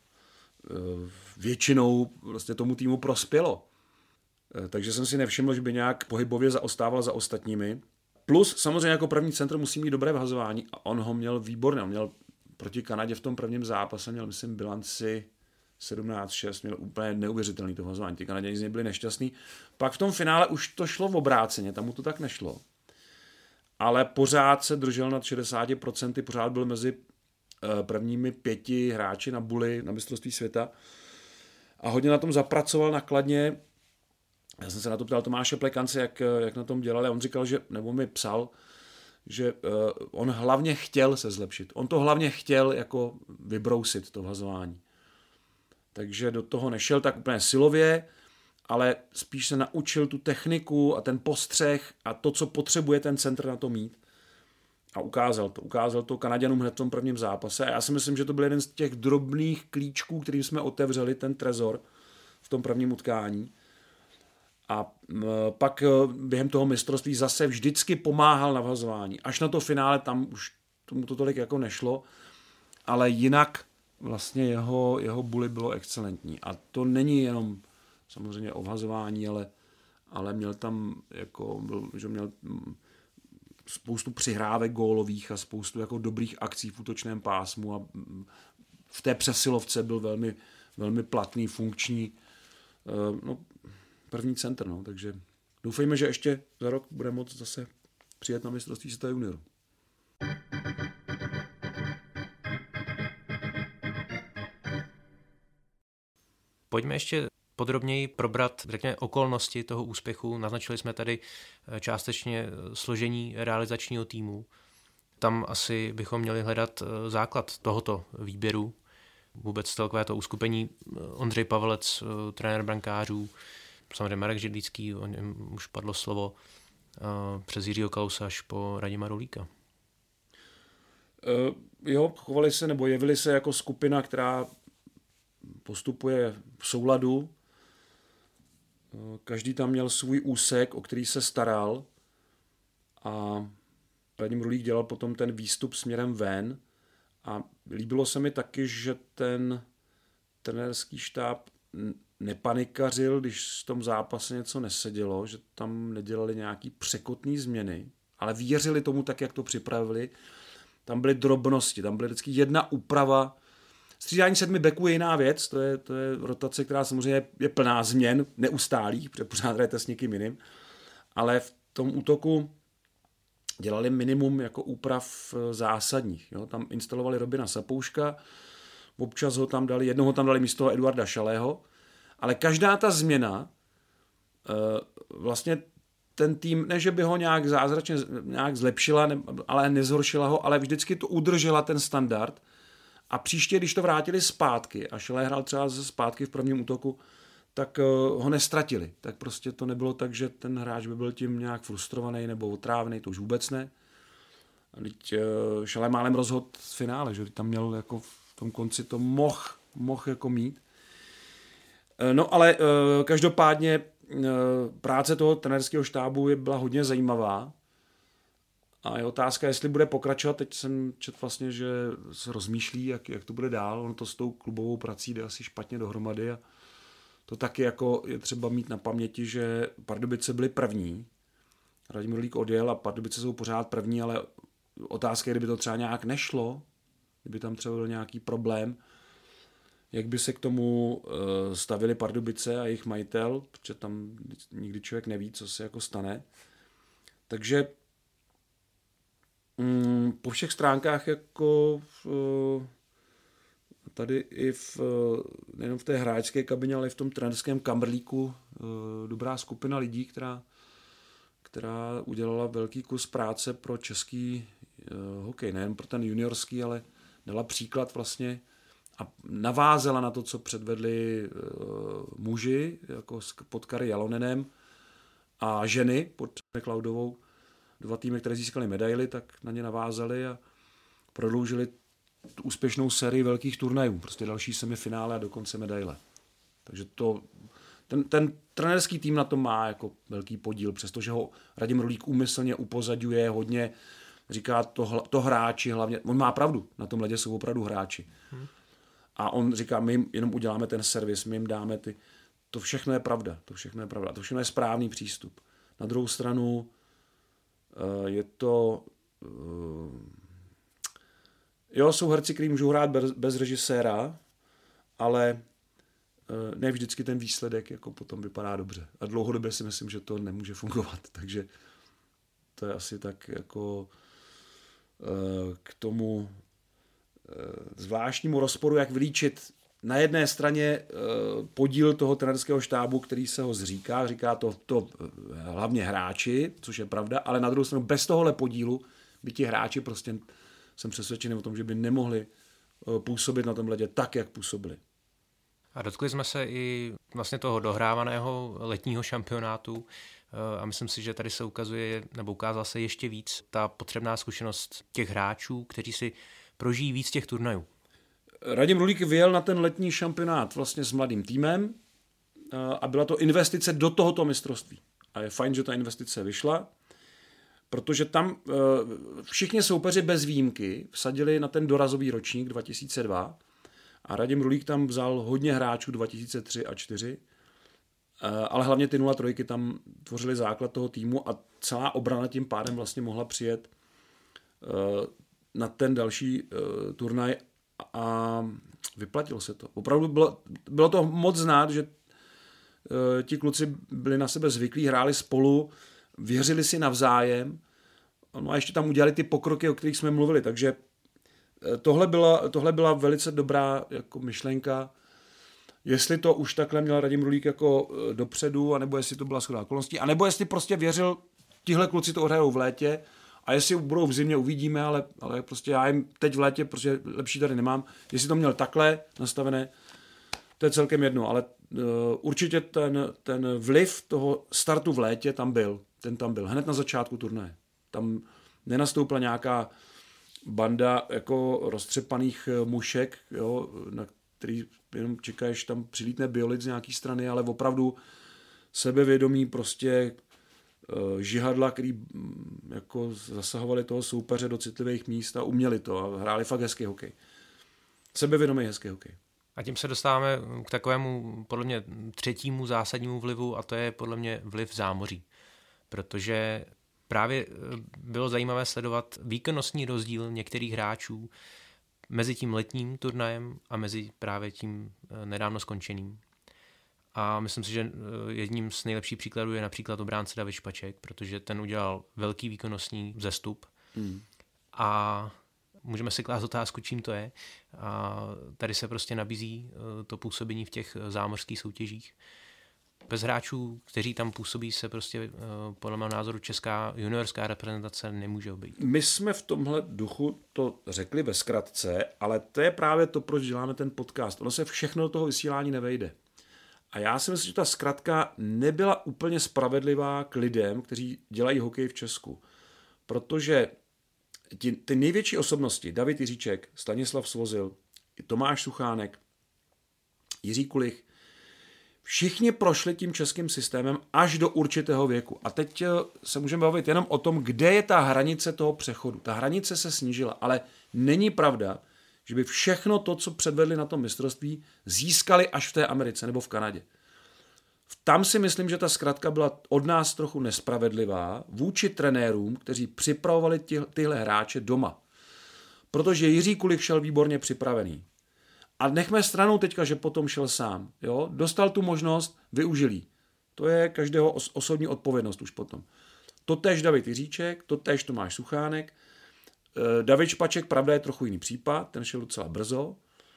většinou prostě tomu týmu prospělo. Takže jsem si nevšiml, že by nějak pohybově zaostával za ostatními. Plus samozřejmě jako první centr musí mít dobré vhazování a on ho měl výborně. On měl proti Kanadě v tom prvním zápase, měl myslím bilanci 17-6, měl úplně neuvěřitelný to vhazování. Ty Kanaděni z něj byli nešťastný. Pak v tom finále už to šlo v obráceně, tam mu to tak nešlo. Ale pořád se držel nad 60%, pořád byl mezi prvními 5 hráči na buli na mistrovství světa a hodně na tom zapracoval nakladně. Já jsem se na to ptal Tomáše Plekance, jak na tom dělali a on říkal, že, nebo mi psal, že on hlavně chtěl se zlepšit. On to hlavně chtěl jako vybrousit, to vhazování. Takže do toho nešel tak úplně silově, ale spíš se naučil tu techniku a ten postřeh a to, co potřebuje ten centr na to mít. A ukázal to Kanaďanům hned v tom prvním zápase. A já si myslím, že to byl jeden z těch drobných klíčků, kterým jsme otevřeli ten trezor v tom prvním utkání. A pak během toho mistrovství zase vždycky pomáhal na vhazování. Až na to finále tam už tomu to tolik jako nešlo, ale jinak vlastně jeho bully bylo excelentní. A to není jenom samozřejmě o vhazování, ale měl tam že měl spoustu přihrávek gólových a spoustu jako dobrých akcí v útočném pásmu a v té přesilovce byl velmi, velmi platný, funkční první centr. No. Takže doufejme, že ještě za rok bude moct zase přijet na mistrovství světa juniorů. Pojďme ještě podrobněji probrat, řekněme, okolnosti toho úspěchu. Naznačili jsme tady částečně složení realizačního týmu. Tam asi bychom měli hledat základ tohoto výběru. Vůbec celkové to uskupení Ondřej Pavelec, trenér brankářů, samozřejmě Marek Židlický, o něm už padlo slovo, přes Jiřího Kalousa až po Radima Rolíka. Jevili se jako skupina, která postupuje v souladu. Každý tam měl svůj úsek, o který se staral a Radim Rulík dělal potom ten výstup směrem ven a líbilo se mi taky, že ten trenérský štáb nepanikařil, když v tom zápase něco nesedělo, že tam nedělali nějaký překotný změny, ale věřili tomu tak, jak to připravili. Tam byly drobnosti, tam byly vždycky jedna úprava. Střídání 7 beků je jiná věc, to je rotace, která samozřejmě je plná změn, neustálých, protože pořád hrajete s někým jiným, ale v tom útoku dělali minimum jako úprav zásadních. Jo? Tam instalovali Robina Sapouška, občas jednoho tam dali místo Eduarda Šalého, ale každá ta změna vlastně ten tým, ne že by ho nějak zázračně nějak zlepšila, ale nezhoršila ho, ale vždycky to udržela ten standard a příště, když to vrátili zpátky a Šalé hrál třeba zpátky v prvním útoku, tak ho nestratili. Tak prostě to nebylo tak, že ten hráč by byl tím nějak frustrovaný nebo otrávený, to už vůbec ne. A teď Šalé málem rozhodl v finále, že tam měl jako v tom konci to mohl jako mít. No ale každopádně práce toho trenérského štábu byla hodně zajímavá a je otázka, jestli bude pokračovat. Teď jsem četl vlastně, že se rozmýšlí, jak to bude dál. Ono to s tou klubovou prací jde asi špatně dohromady a to taky jako je třeba mít na paměti, že Pardubice byli první. Radim Rulík odjel a Pardubice jsou pořád první, ale otázka je, kdyby to třeba nějak nešlo, kdyby tam třeba byl nějaký problém, jak by se k tomu stavili Pardubice a jejich majitel, protože tam nikdy člověk neví, co se jako stane. Takže po všech stránkách jako tady i nejenom v té hráčské kabině, ale i v tom trenérském kambrlíku dobrá skupina lidí, která udělala velký kus práce pro český hokej. Nejen pro ten juniorský, ale dala příklad vlastně a navázela na to, co předvedli muži jako pod Kari Jalonenem a ženy pod Klaudovou. 2 týmy, které získali medaily, tak na ně navázali a prodloužili tu úspěšnou sérii velkých turnajů. Prostě další semifinále a dokonce medaile. Takže ten trenérský tým na tom má jako velký podíl, přestože ho Radim Rulík úmyslně upozadňuje hodně, říká to hráči hlavně. On má pravdu, na tom ledě jsou opravdu hráči. A on říká, my jim jenom uděláme ten servis, my jim dáme to všechno je pravda, to všechno je správný přístup. Na druhou stranu je to jsou herci, kteří můžou hrát bez režiséra, ale ne vždycky ten výsledek jako potom vypadá dobře. A dlouhodobě si myslím, že to nemůže fungovat. Takže to je asi tak jako k tomu zvláštnímu rozporu, jak vylíčit na jedné straně podíl toho trenérského štábu, který se ho zříká, říká to hlavně hráči, což je pravda, ale na druhou stranu bez tohohle podílu by ti hráči prostě, jsem přesvědčený o tom, že by nemohli působit na tom ledě tak, jak působili. A dotkli jsme se i vlastně toho dohrávaného letního šampionátu a myslím si, že tady se ukázala se ještě víc ta potřebná zkušenost těch hráčů, kteří si prožijí víc těch turnajů. Radim Rulík vyjel na ten letní šampionát vlastně s mladým týmem a byla to investice do tohoto mistrovství. A je fajn, že ta investice vyšla, protože tam všichni soupeři bez výjimky vsadili na ten dorazový ročník 2002 a Radim Rulík tam vzal hodně hráčů 2003 a 2004, ale hlavně ty 0-3 tam tvořili základ toho týmu a celá obrana tím pádem vlastně mohla přijet na ten další turnaj a vyplatilo se to. Opravdu bylo to moc znát, že ti kluci byli na sebe zvyklí, hráli spolu, věřili si navzájem, no a ještě tam udělali ty pokroky, o kterých jsme mluvili, takže tohle byla velice dobrá jako myšlenka. Jestli to už takhle měl Radim Rulík jako dopředu, anebo jestli to byla shoda okolností, anebo jestli prostě věřil, tihle kluci to odhrajou v létě a jestli budou v zimě, uvidíme, ale prostě já jim teď v létě prostě lepší tady nemám. Jestli to měl takhle nastavené, to je celkem jedno, ale určitě ten vliv toho startu v létě tam byl. Ten tam byl hned na začátku turnaje. Tam nenastoupila nějaká banda jako roztřepaných mušek, jo, na který jenom čekáš, tam přilítne Biolic z nějaký strany, ale opravdu sebevědomí prostě žihadla, který jako zasahovali toho soupeře do citlivých míst a uměli to a hráli fakt hezký hokej. Sebevědomý hezký hokej. A tím se dostáváme k takovému, podle mě, třetímu zásadnímu vlivu, a to je podle mě vliv zámoří. Protože právě bylo zajímavé sledovat výkonnostní rozdíl některých hráčů mezi tím letním turnajem a mezi právě tím nedávno skončeným. A myslím si, že jedním z nejlepších příkladů je například obránce David Špaček, protože ten udělal velký výkonnostní vzestup. A můžeme si klást otázku, čím to je. A tady se prostě nabízí to působení v těch zámořských soutěžích. Bez hráčů, kteří tam působí, se prostě podle mého názoru česká juniorská reprezentace nemůže obejít. My jsme v tomhle duchu to řekli ve zkratce, ale to je právě to, proč děláme ten podcast. Ono se všechno do toho vysílání nevejde. A já si myslím, že ta zkratka nebyla úplně spravedlivá k lidem, kteří dělají hokej v Česku. Protože ty největší osobnosti, David Jiříček, Stanislav Svozil, Tomáš Suchánek, Jiří Kulich, všichni prošli tím českým systémem až do určitého věku. A teď se můžeme bavit jenom o tom, kde je ta hranice toho přechodu. Ta hranice se snížila, ale není pravda, že by všechno to, co předvedli na tom mistrovství, získali až v té Americe nebo v Kanadě. Tam si myslím, že ta zkratka byla od nás trochu nespravedlivá vůči trenérům, kteří připravovali tyhle hráče doma. Protože Jiří Kulich šel výborně připravený. A nechme stranou teďka, že potom šel sám. Jo? Dostal tu možnost, využil jí. To je každého osobní odpovědnost už potom. Totéž David Jiříček, totéž Tomáš Suchánek. David Špaček, pravda, je trochu jiný případ, ten šel docela brzo.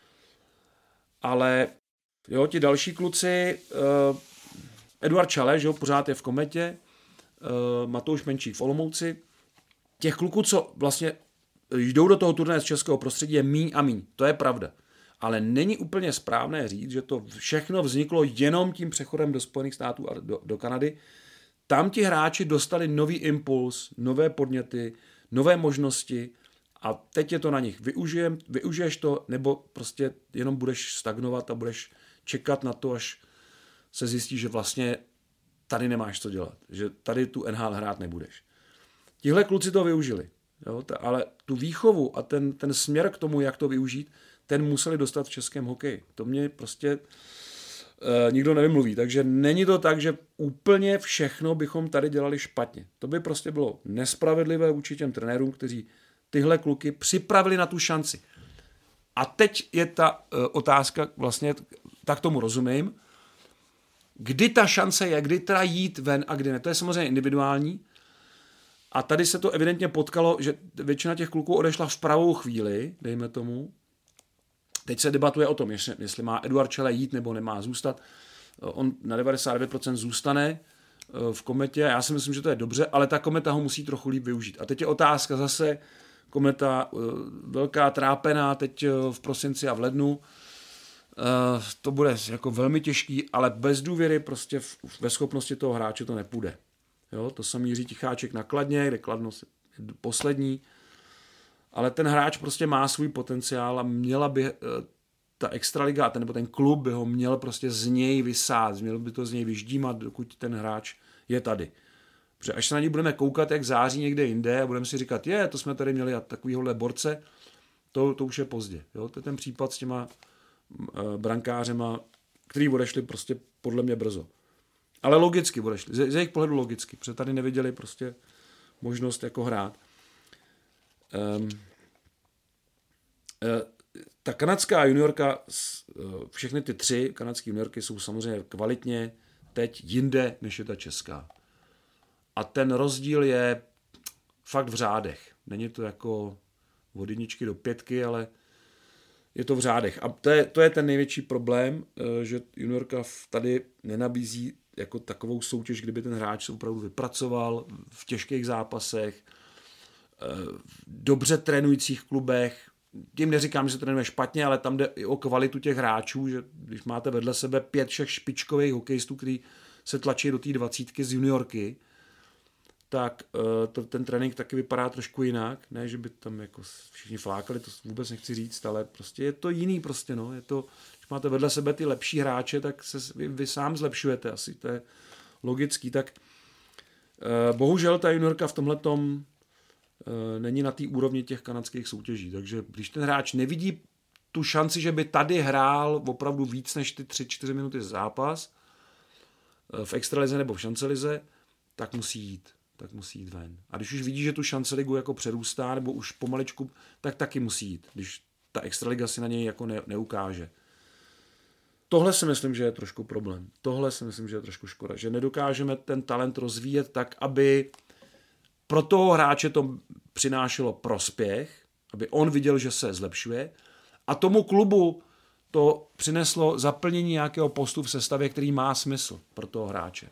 Ale jo, ti další kluci, Eduard Čaleš, jo, pořád je v Kometě, Matouš Menčík v Olomouci. Těch kluků, co vlastně jdou do toho turnaje z českého prostředí, je míň a míň. To je pravda. Ale není úplně správné říct, že to všechno vzniklo jenom tím přechodem do Spojených států a do Kanady. Tam ti hráči dostali nový impuls, nové podněty, nové možnosti a teď je to na nich. Využiješ to, nebo prostě jenom budeš stagnovat a budeš čekat na to, až se zjistí, že vlastně tady nemáš co dělat, že tady tu NHL hrát nebudeš. Tihle kluci to využili, jo, ale tu výchovu a ten směr k tomu, jak to využít, ten museli dostat v českém hokeji. To mě prostě nikdo nevymluví. Takže není to tak, že úplně všechno bychom tady dělali špatně. To by prostě bylo nespravedlivé vůči těm trenérům, kteří tyhle kluky připravili na tu šanci. A teď je ta otázka, vlastně tak tomu rozumím, kdy ta šance je, kdy teda jít ven a kdy ne. To je samozřejmě individuální. A tady se to evidentně potkalo, že většina těch kluků odešla v pravou chvíli, dejme tomu. Teď se debatuje o tom, jestli má Eduard Čele jít nebo nemá zůstat. On na 99% zůstane v Kometě. Já si myslím, že to je dobře, ale ta Kometa ho musí trochu líp využít. A teď je otázka zase, Kometa velká trápená teď v prosinci a v lednu. To bude jako velmi těžký, ale bez důvěry prostě ve schopnosti toho hráče to nepůjde. Jo, to samý Jiří Ticháček na Kladně, kde Kladno je poslední. Ale ten hráč prostě má svůj potenciál a měla by ta extraliga, nebo ten klub by ho měl prostě z něj vysát, měl by to z něj vyždímat, dokud ten hráč je tady. Protože až se na něj budeme koukat, jak září někde jinde a budeme si říkat, to jsme tady měli takovýhle borce, to už je pozdě. Jo? To je ten případ s těma brankářema, který odešli prostě podle mě brzo. Ale logicky odešli, z jejich pohledu logicky, protože tady neviděli prostě možnost jako hrát. Ta kanadská juniorka, všechny ty 3 kanadské juniorky jsou samozřejmě kvalitně teď jinde, než je ta česká. A ten rozdíl je fakt v řádech. Není to jako od 1 do 5, ale je to v řádech. A to je ten největší problém, že juniorka tady nenabízí jako takovou soutěž, kdyby ten hráč se opravdu vypracoval v těžkých zápasech, dobře trénujících klubech. Tím neříkám, že se trénuje špatně, ale tam jde i o kvalitu těch hráčů, že když máte vedle sebe 5 špičkových hokejistů, kteří se tlačí do té 20 z juniorky, tak ten trénink taky vypadá trošku jinak. Ne, že by tam jako všichni flákali, to vůbec nechci říct, ale prostě je to jiný prostě, no. Je to, když máte vedle sebe ty lepší hráče, tak se vy sám zlepšujete asi, to je logický. Tak Bohužel ta juniorka v tomhletom není na té úrovni těch kanadských soutěží, takže když ten hráč nevidí tu šanci, že by tady hrál opravdu víc než ty 3-4 minuty zápas v extralize nebo v šancelize, tak musí jít ven. A když už vidí, že tu šanceligu jako přerůstá nebo už pomaličku, tak taky musí jít, když ta extraliga si na něj jako neukáže. Tohle si myslím, že je trošku problém. Tohle si myslím, že je trošku škoda, že nedokážeme ten talent rozvíjet tak, aby pro toho hráče to přinášelo prospěch, aby on viděl, že se zlepšuje a tomu klubu to přineslo zaplnění nějakého postu v sestavě, který má smysl pro toho hráče.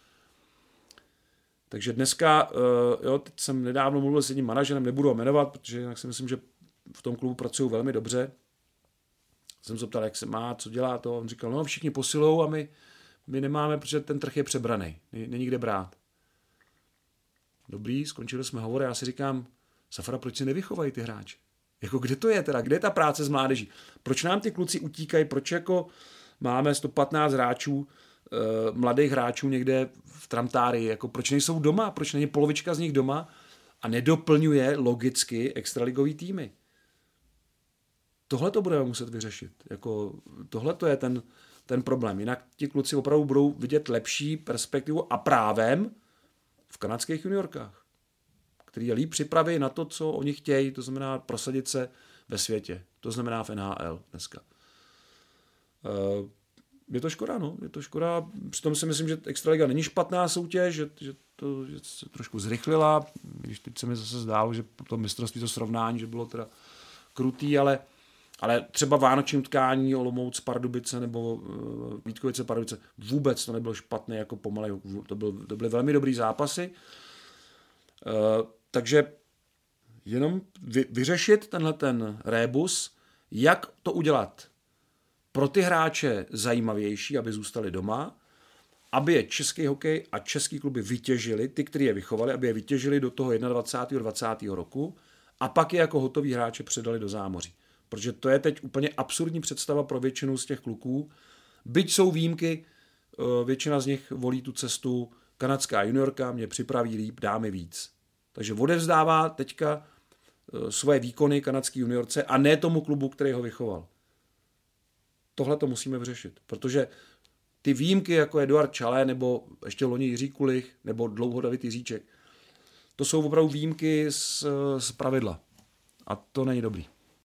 Takže dneska, teď jsem nedávno mluvil s jedním manažerem, nebudu ho jmenovat, protože jinak si myslím, že v tom klubu pracují velmi dobře. Jsem se ptal, jak se má, co dělá to. On říkal, no všichni posilou a my nemáme, protože ten trh je přebraný. Není kde brát. Dobrý, skončili jsme hovor a já si říkám, Safra, proč si nevychovají ty hráči? Jako kde to je teda? Kde je ta práce s mládeží? Proč nám ty kluci utíkají? Proč jako máme 115 hráčů, mladých hráčů někde v Tramtárii? Jako proč nejsou doma? Proč není polovička z nich doma? A nedoplňuje logicky extraligový týmy. Tohle to budeme muset vyřešit. Jako, tohle to je ten problém. Jinak ti kluci opravdu budou vidět lepší perspektivu a právem v kanadských juniorkách, který je líp připraví na to, co oni chtějí, to znamená prosadit se ve světě. To znamená v NHL dneska. Je to škoda, no. Je to škoda. Přitom si myslím, že extraliga není špatná soutěž, že se trošku zrychlila, když teď se mi zase zdálo, že to mistrovství, to srovnání, že bylo teda krutý, ale třeba vánočním tkání Olomouc Pardubice nebo Vítkovice Pardubice vůbec to nebylo špatné jako pomalej. To byly velmi dobrý zápasy. Takže jenom vyřešit tenhle ten rébus, jak to udělat pro ty hráče zajímavější, aby zůstali doma, aby je český hokej a český kluby vytěžili, ty, kteří je vychovali, aby je vytěžili do toho 21. 20. roku a pak je jako hotový hráče předali do zámoří. Protože to je teď úplně absurdní představa pro většinu z těch kluků. Byť jsou výjimky, většina z nich volí tu cestu kanadská juniorka, mě připraví líp, dáme víc. Takže odevzdává teďka svoje výkony kanadský juniorce a ne tomu klubu, který ho vychoval. Tohle to musíme vyřešit, protože ty výjimky, jako Eduard Čalé, nebo ještě loni Jiří Kulich, nebo dlouho David Jiříček, to jsou opravdu výjimky z pravidla. A to není dobrý.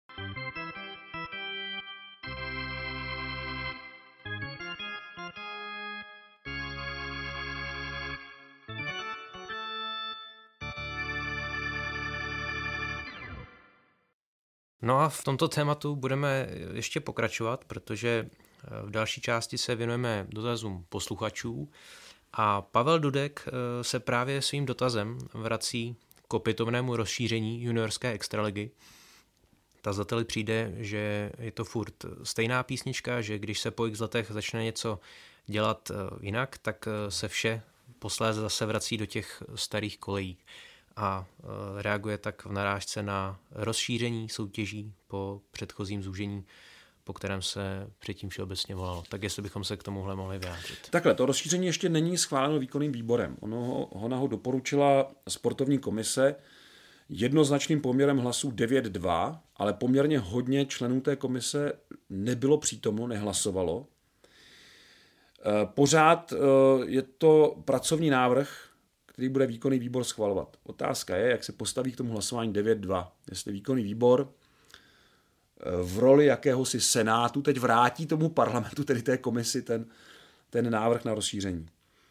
No a v tomto tématu budeme ještě pokračovat, protože v další části se věnujeme dotazům posluchačů a Pavel Dudek se právě svým dotazem vrací k opětovnému rozšíření juniorské extraligy. Tazateli přijde, že je to furt stejná písnička, že když se po x letech začne něco dělat jinak, tak se vše posléze zase vrací do těch starých kolejí. A reaguje tak v narážce na rozšíření soutěží po předchozím zúžení, po kterém se předtím všeobecně volalo. Tak jestli bychom se k tomuhle mohli vyjádřit. Takhle, to rozšíření ještě není schváleno výkonným výborem. Ona ho doporučila sportovní komise jednoznačným poměrem hlasů 9-2, ale poměrně hodně členů té komise nebylo přítomno, nehlasovalo. Pořád je to pracovní návrh, který bude výkonný výbor schvalovat. Otázka je, jak se postaví k tomu hlasování 9-2. Jestli výkonný výbor v roli jakéhosi senátu teď vrátí tomu parlamentu, tedy té komisi, ten návrh na rozšíření.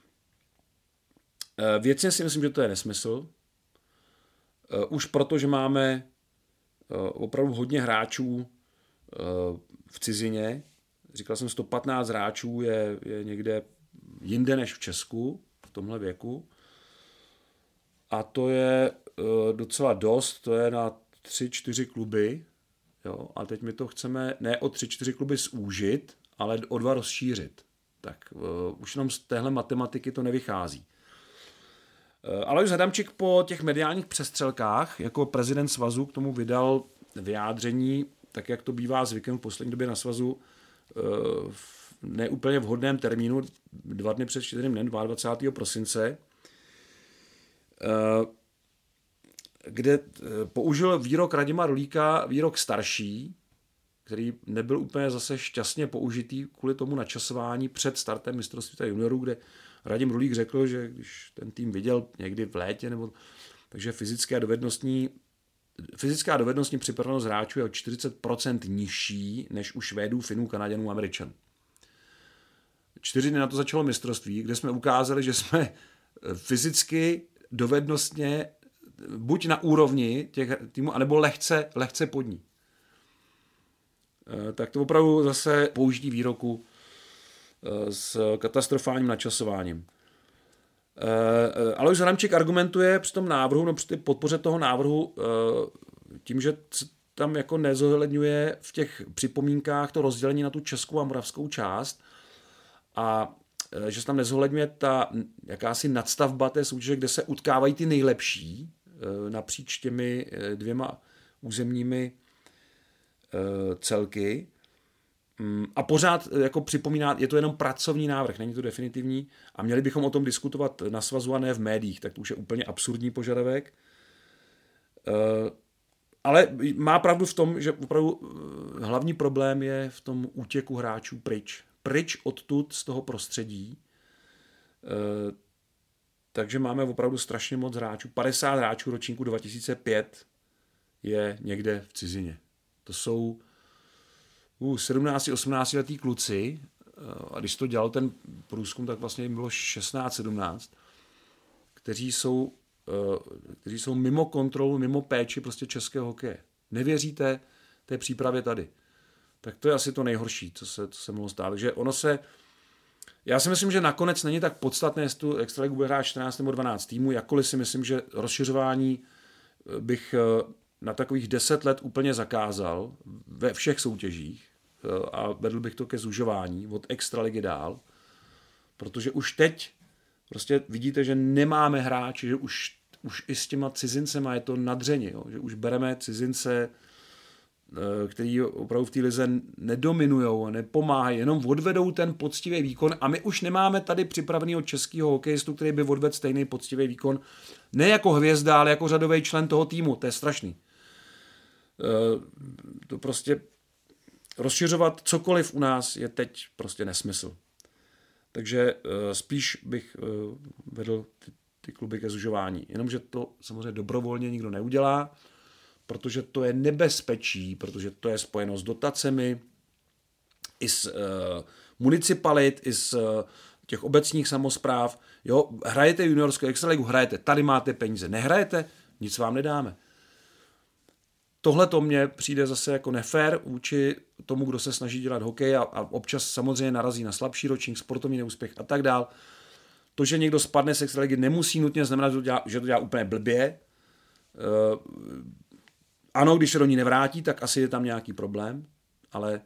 Věcně si myslím, že to je nesmysl. Už proto, že máme opravdu hodně hráčů v cizině. Říkal jsem, 115 hráčů je někde jinde než v Česku v tomhle věku. A to je docela dost, to je na 3-4 kluby. Jo? A teď my to chceme ne o 3-4 kluby zúžit, ale o 2 rozšířit. Tak už jenom z téhle matematiky to nevychází. Alojz Hadamčík po těch mediálních přestřelkách jako prezident svazu k tomu vydal vyjádření, tak jak to bývá zvykem v poslední době na svazu, v neúplně vhodném termínu, 2 dny před 4. dnem, 22. prosince, kde použil výrok Radima Rulíka, výrok starší, který nebyl úplně zase šťastně použitý kvůli tomu načasování před startem mistrovství juniorů, kde Radim Rulík řekl, že když ten tým viděl někdy v létě, takže fyzická dovednostní připravenost hráčů je o 40% nižší než u Švédů, Finů, Kanaděnů, Američanů. 4 dny na to začalo mistrovství, kde jsme ukázali, že jsme fyzicky, dovednostně buď na úrovni těch týmů, anebo lehce pod ní. Tak to opravdu zase použití výroku s katastrofálním načasováním. Alojz Hramčík argumentuje při tom návrhu, při podpoře toho návrhu tím, že tam jako nezohledňuje v těch připomínkách to rozdělení na tu českou a moravskou část a že se tam nezohledňuje ta jakási nadstavba té soutěže, kde se utkávají ty nejlepší napříč těmi 2 územními celky. A pořád jako připomíná, je to jenom pracovní návrh, není to definitivní a měli bychom o tom diskutovat na svazu a ne v médiích, tak to už je úplně absurdní požadavek. Ale má pravdu v tom, že opravdu hlavní problém je v tom útěku hráčů pryč odtud z toho prostředí. Takže máme opravdu strašně moc hráčů. 50 hráčů ročníku 2005 je někde v cizině. To jsou 17-18 letý kluci a když to dělal ten průzkum, tak vlastně jim bylo 16-17, kteří jsou mimo kontrolu, mimo péči prostě českého hokeje. Nevěříte té přípravě tady. Tak to je asi to nejhorší, co se mohlo stát. Takže já si myslím, že nakonec není tak podstatné, jestli tu extraligu bude hrát 14 nebo 12 týmů, jakkoliv si myslím, že rozšiřování bych na takových 10 let úplně zakázal ve všech soutěžích a vedl bych to ke zužování od extraligy dál, protože už teď prostě vidíte, že nemáme hráče, že už i s těma cizincema je to na dřeni, že už bereme cizince, který opravdu v té lize nedominujou, nepomáhají, jenom odvedou ten poctivý výkon a my už nemáme tady připraveného českého hokejistu, který by odvedl stejný poctivý výkon, ne jako hvězda, ale jako řadový člen toho týmu, to je strašný. To prostě rozšiřovat cokoliv u nás je teď prostě nesmysl. Takže spíš bych vedl ty kluby ke zužování. Jenomže to samozřejmě dobrovolně nikdo neudělá, protože to je nebezpečí, protože to je spojeno s dotacemi, i s municipalit, i s těch obecních samospráv. Jo, hrajete juniorskou extraligu, hrajete, tady máte peníze, nehrajete, nic vám nedáme. Tohle to mně přijde zase jako nefér vůči tomu, kdo se snaží dělat hokej a občas samozřejmě narazí na slabší ročník, sportovní neúspěch a tak dál. To, že někdo spadne z extraligy, nemusí nutně znamenat, že to dělá úplně blbě. Ano, když se do ní nevrátí, tak asi je tam nějaký problém, ale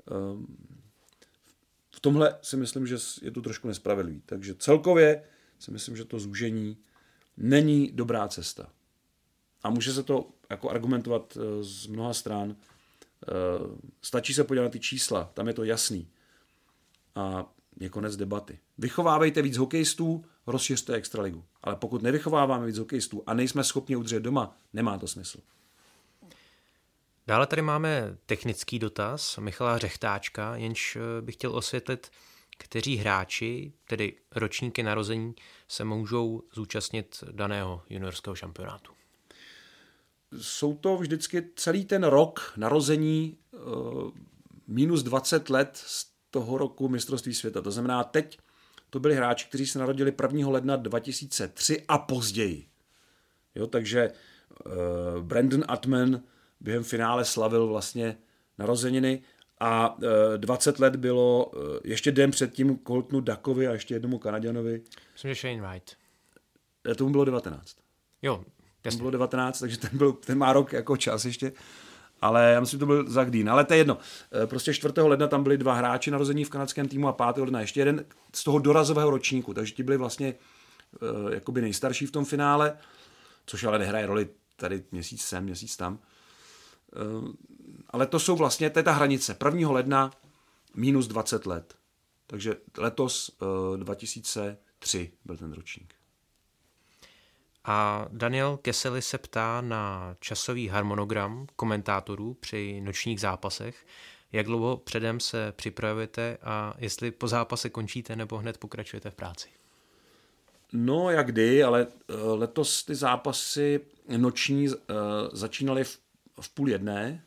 v tomhle si myslím, že je to trošku nespravedlivý. Takže celkově si myslím, že to zúžení není dobrá cesta. A může se to jako argumentovat z mnoha stran. Stačí se podívat na ty čísla, tam je to jasný. A je konec debaty. Vychovávejte víc hokejistů, rozšiřte extraligu. Ale pokud nevychováváme víc hokejistů a nejsme schopni udržet doma, nemá to smysl. Dále tady máme technický dotaz Michala Řechtáčka, jenž bych chtěl osvětlit, kteří hráči, tedy ročníky narození, se můžou zúčastnit daného juniorského šampionátu. Jsou to vždycky celý ten rok narození minus 20 let z toho roku mistrovství světa. To znamená, teď to byli hráči, kteří se narodili 1. ledna 2003 a později. Jo, takže Brandon Atman během finále slavil vlastně narozeniny a 20 let bylo ještě den předtím Coltonu Duckovi a ještě jednomu Kanaďanovi. Myslím, že Shane Wright. Tomu bylo 19. Jo, jasně. Bylo 19, takže ten má rok jako čas ještě. Ale já myslím, že to byl Zach Dean. Ale to je jedno. Prostě 4. ledna tam byli 2 hráči narození v kanadském týmu a 5. ledna ještě jeden z toho dorazového ročníku. Takže ti byli vlastně jakoby nejstarší v tom finále, což ale nehraje roli tady měsíc sem, měsíc tam. Ale to jsou vlastně, to je ta hranice. 1. ledna minus 20 let. Takže letos 2003 byl ten ročník. A Daniel Kesely se ptá na časový harmonogram komentátorů při nočních zápasech. Jak dlouho předem se připravujete a jestli po zápase končíte nebo hned pokračujete v práci? No, jak kdy, ale letos ty zápasy noční začínaly v 12:30,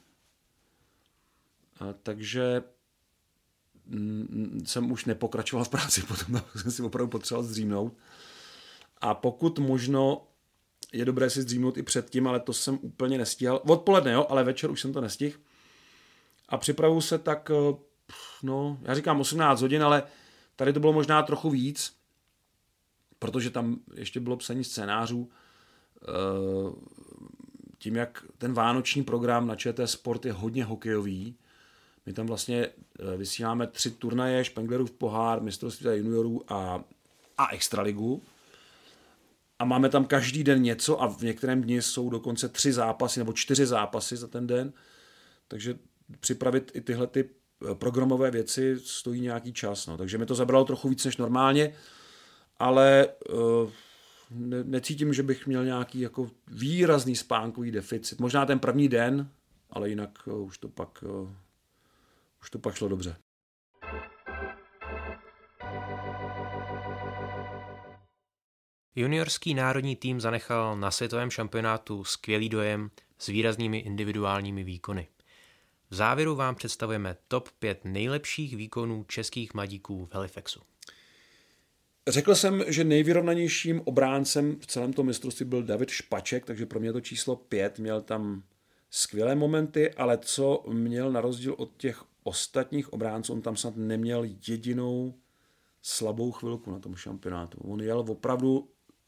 takže jsem už nepokračoval v práci, potom jsem si opravdu potřeboval zdřímnout. A pokud možno je dobré si zdřímnout i předtím, ale to jsem úplně nestíhal. Odpoledne, jo, ale večer už jsem to nestihl. A připravuju se tak, no, já říkám 18 hodin, ale tady to bylo možná trochu víc, protože tam ještě bylo psaní scénářů. Tím, jak ten vánoční program na ČT Sport je hodně hokejový, my tam vlastně vysíláme 3 turnaje, Špenglerův pohár, mistrovství juniorů a extraligu. A máme tam každý den něco a v některém dni jsou dokonce 3 zápasy nebo 4 zápasy za ten den. Takže připravit i tyhle ty programové věci stojí nějaký čas. No. Takže mi to zabralo trochu víc než normálně, ale necítím, že bych měl nějaký jako výrazný spánkový deficit. Možná ten první den, ale jinak už to pak šlo dobře. Juniorský národní tým zanechal na světovém šampionátu skvělý dojem s výraznými individuálními výkony. V závěru vám představujeme top 5 nejlepších výkonů českých mladíků v Halifaxu. Řekl jsem, že nejvyrovnanějším obráncem v celém tom mistrovství byl David Špaček, takže pro mě to číslo 5, měl tam skvělé momenty, ale co měl na rozdíl od těch ostatních obránců, on tam snad neměl jedinou slabou chvilku na tom šampionátu. On jel opravdu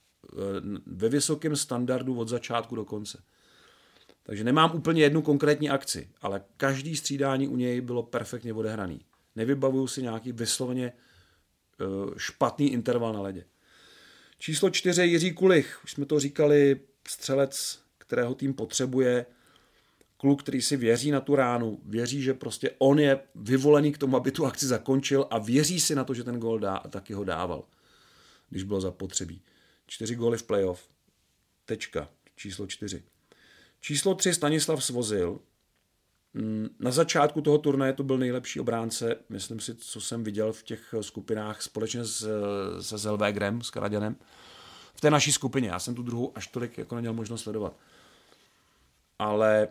ve vysokém standardu od začátku do konce. Takže nemám úplně jednu konkrétní akci, ale každý střídání u něj bylo perfektně odehraný. Nevybavuju si nějaký vysloveně špatný interval na ledě. Číslo 4 Jiří Kulich. Už jsme to říkali, střelec, kterého tým potřebuje. Kluk, který si věří na tu ránu, věří, že prostě on je vyvolený k tomu, aby tu akci zakončil a věří si na to, že ten gól dá a taky ho dával, když bylo zapotřebí. 4 góly v playoff. Tečka. Číslo 4. Číslo 3 Stanislav Svozil. Na začátku toho turnaje to byl nejlepší obránce, myslím si, co jsem viděl v těch skupinách společně se Zellwegerem, s Kanaďanem. V té naší skupině. Já jsem tu druhou až tolik jako neměl možnost sledovat. Ale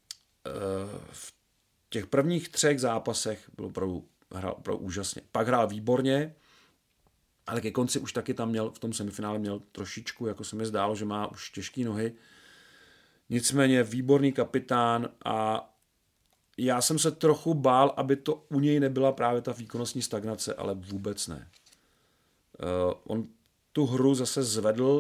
v těch prvních 3 zápasech byl hrál opravdu úžasně. Pak hrál výborně, ale ke konci už taky tam měl, v tom semifinále měl trošičku, jako se mi zdálo, že má už těžké nohy. Nicméně výborný kapitán a já jsem se trochu bál, aby to u něj nebyla právě ta výkonnostní stagnace, ale vůbec ne. On tu hru zase zvedl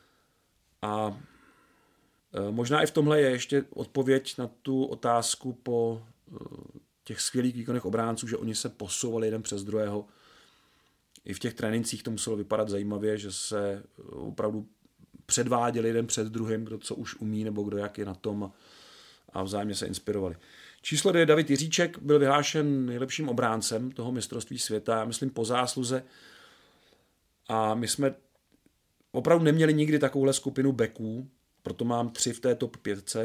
a možná i v tomhle je ještě odpověď na tu otázku po těch skvělých výkonech obránců, že oni se posouvali jeden přes druhého. I v těch trénincích to muselo vypadat zajímavě, že se opravdu předváděli jeden před druhým, kdo co už umí nebo kdo jak je na tom a vzájemně se inspirovali. Číslo 2 David Jiříček byl vyhlášen nejlepším obráncem toho mistrovství světa, já myslím po zásluze. A my jsme opravdu neměli nikdy takovouhle skupinu backů, proto mám 3 v té top 5.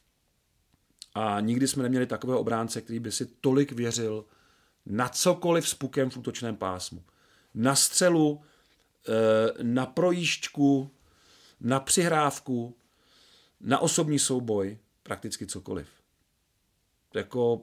A nikdy jsme neměli takového obránce, který by si tolik věřil na cokoliv s pukem v útočném pásmu. Na střelu, na projížďku, na přihrávku, na osobní souboj, prakticky cokoliv. Jako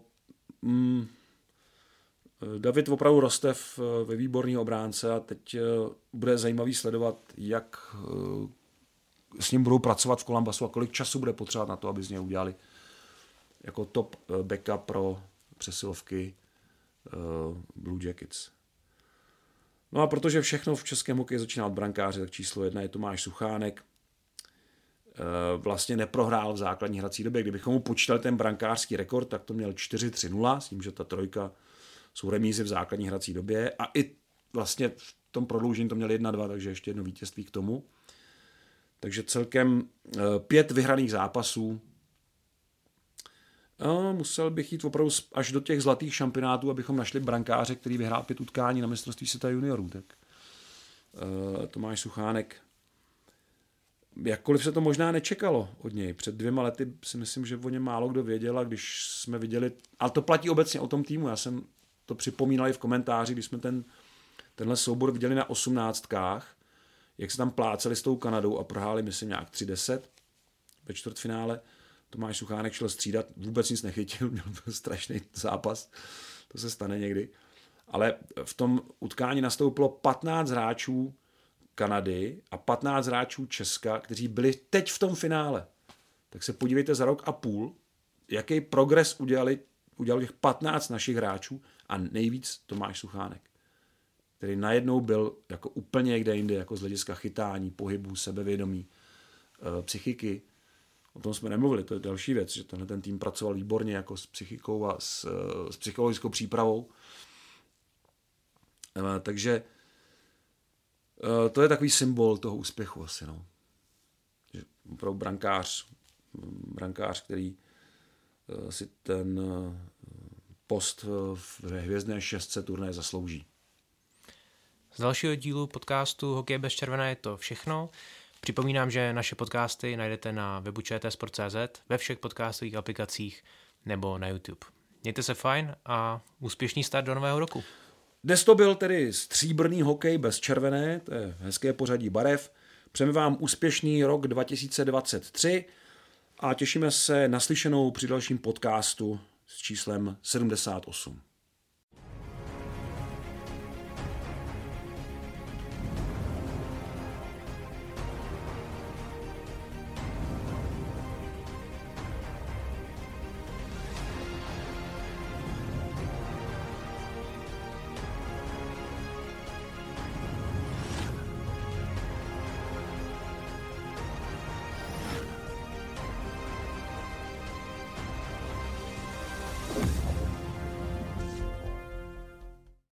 David opravdu roste ve výborného obránce a teď bude zajímavý sledovat, jak s ním budou pracovat v Columbusu a kolik času bude potřebovat na to, aby z něj udělali jako top backup pro přesilovky Blue Jackets. No a protože všechno v českém hokeji začíná od brankáře, tak číslo 1 je Tomáš Suchánek. Vlastně neprohrál v základní hrací době. Kdybychom mu počítali ten brankářský rekord, tak to měl 4-3-0, s tím, že ta 3 jsou remízy v základní hrací době a i vlastně v tom prodloužení to měl 1-2, takže ještě jedno vítězství k tomu. Takže celkem 5 vyhraných zápasů. Musel bych jít opravdu až do těch zlatých šampionátů, abychom našli brankáře, který vyhrál 5 utkání na mistrovství světa juniorů. Tak Tomáš Suchánek jakkoliv se to možná nečekalo od něj. Před 2 lety si myslím, že o něm málo kdo věděl, a když jsme viděli, ale to platí obecně o tom týmu, já jsem to připomínal i v komentáři, když jsme tenhle soubor viděli na 18, jak se tam pláceli s tou Kanadou a prohráli, myslím, nějak 3-10 ve čtvrtfinále. Tomáš Suchánek šel střídat, vůbec nic nechytil, měl strašný zápas, to se stane někdy. Ale v tom utkání nastoupilo 15 hráčů Kanady a 15 hráčů Česka, kteří byli teď v tom finále. Tak se podívejte za rok a půl, jaký progres udělal těch 15 našich hráčů a nejvíc Tomáš Suchánek, který najednou byl jako úplně někde jinde, jako z hlediska chytání, pohybu, sebevědomí, psychiky. O tom jsme nemluvili, to je další věc, že ten tým pracoval výborně jako s psychikou a s psychologickou přípravou. Takže to je takový symbol toho úspěchu asi. No. Že opravdu brankář, který si ten post ve hvězdné 6 turné zaslouží. Z dalšího dílu podcastu Hokej bez červené je to všechno. Připomínám, že naše podcasty najdete na webu čtsport.cz, ve všech podcastových aplikacích nebo na YouTube. Mějte se fajn a úspěšný start do nového roku. Dnes to byl tedy stříbrný hokej bez červené, to je hezké pořadí barev. Přejeme vám úspěšný rok 2023 a těšíme se na slyšenou při dalším podcastu s číslem 78.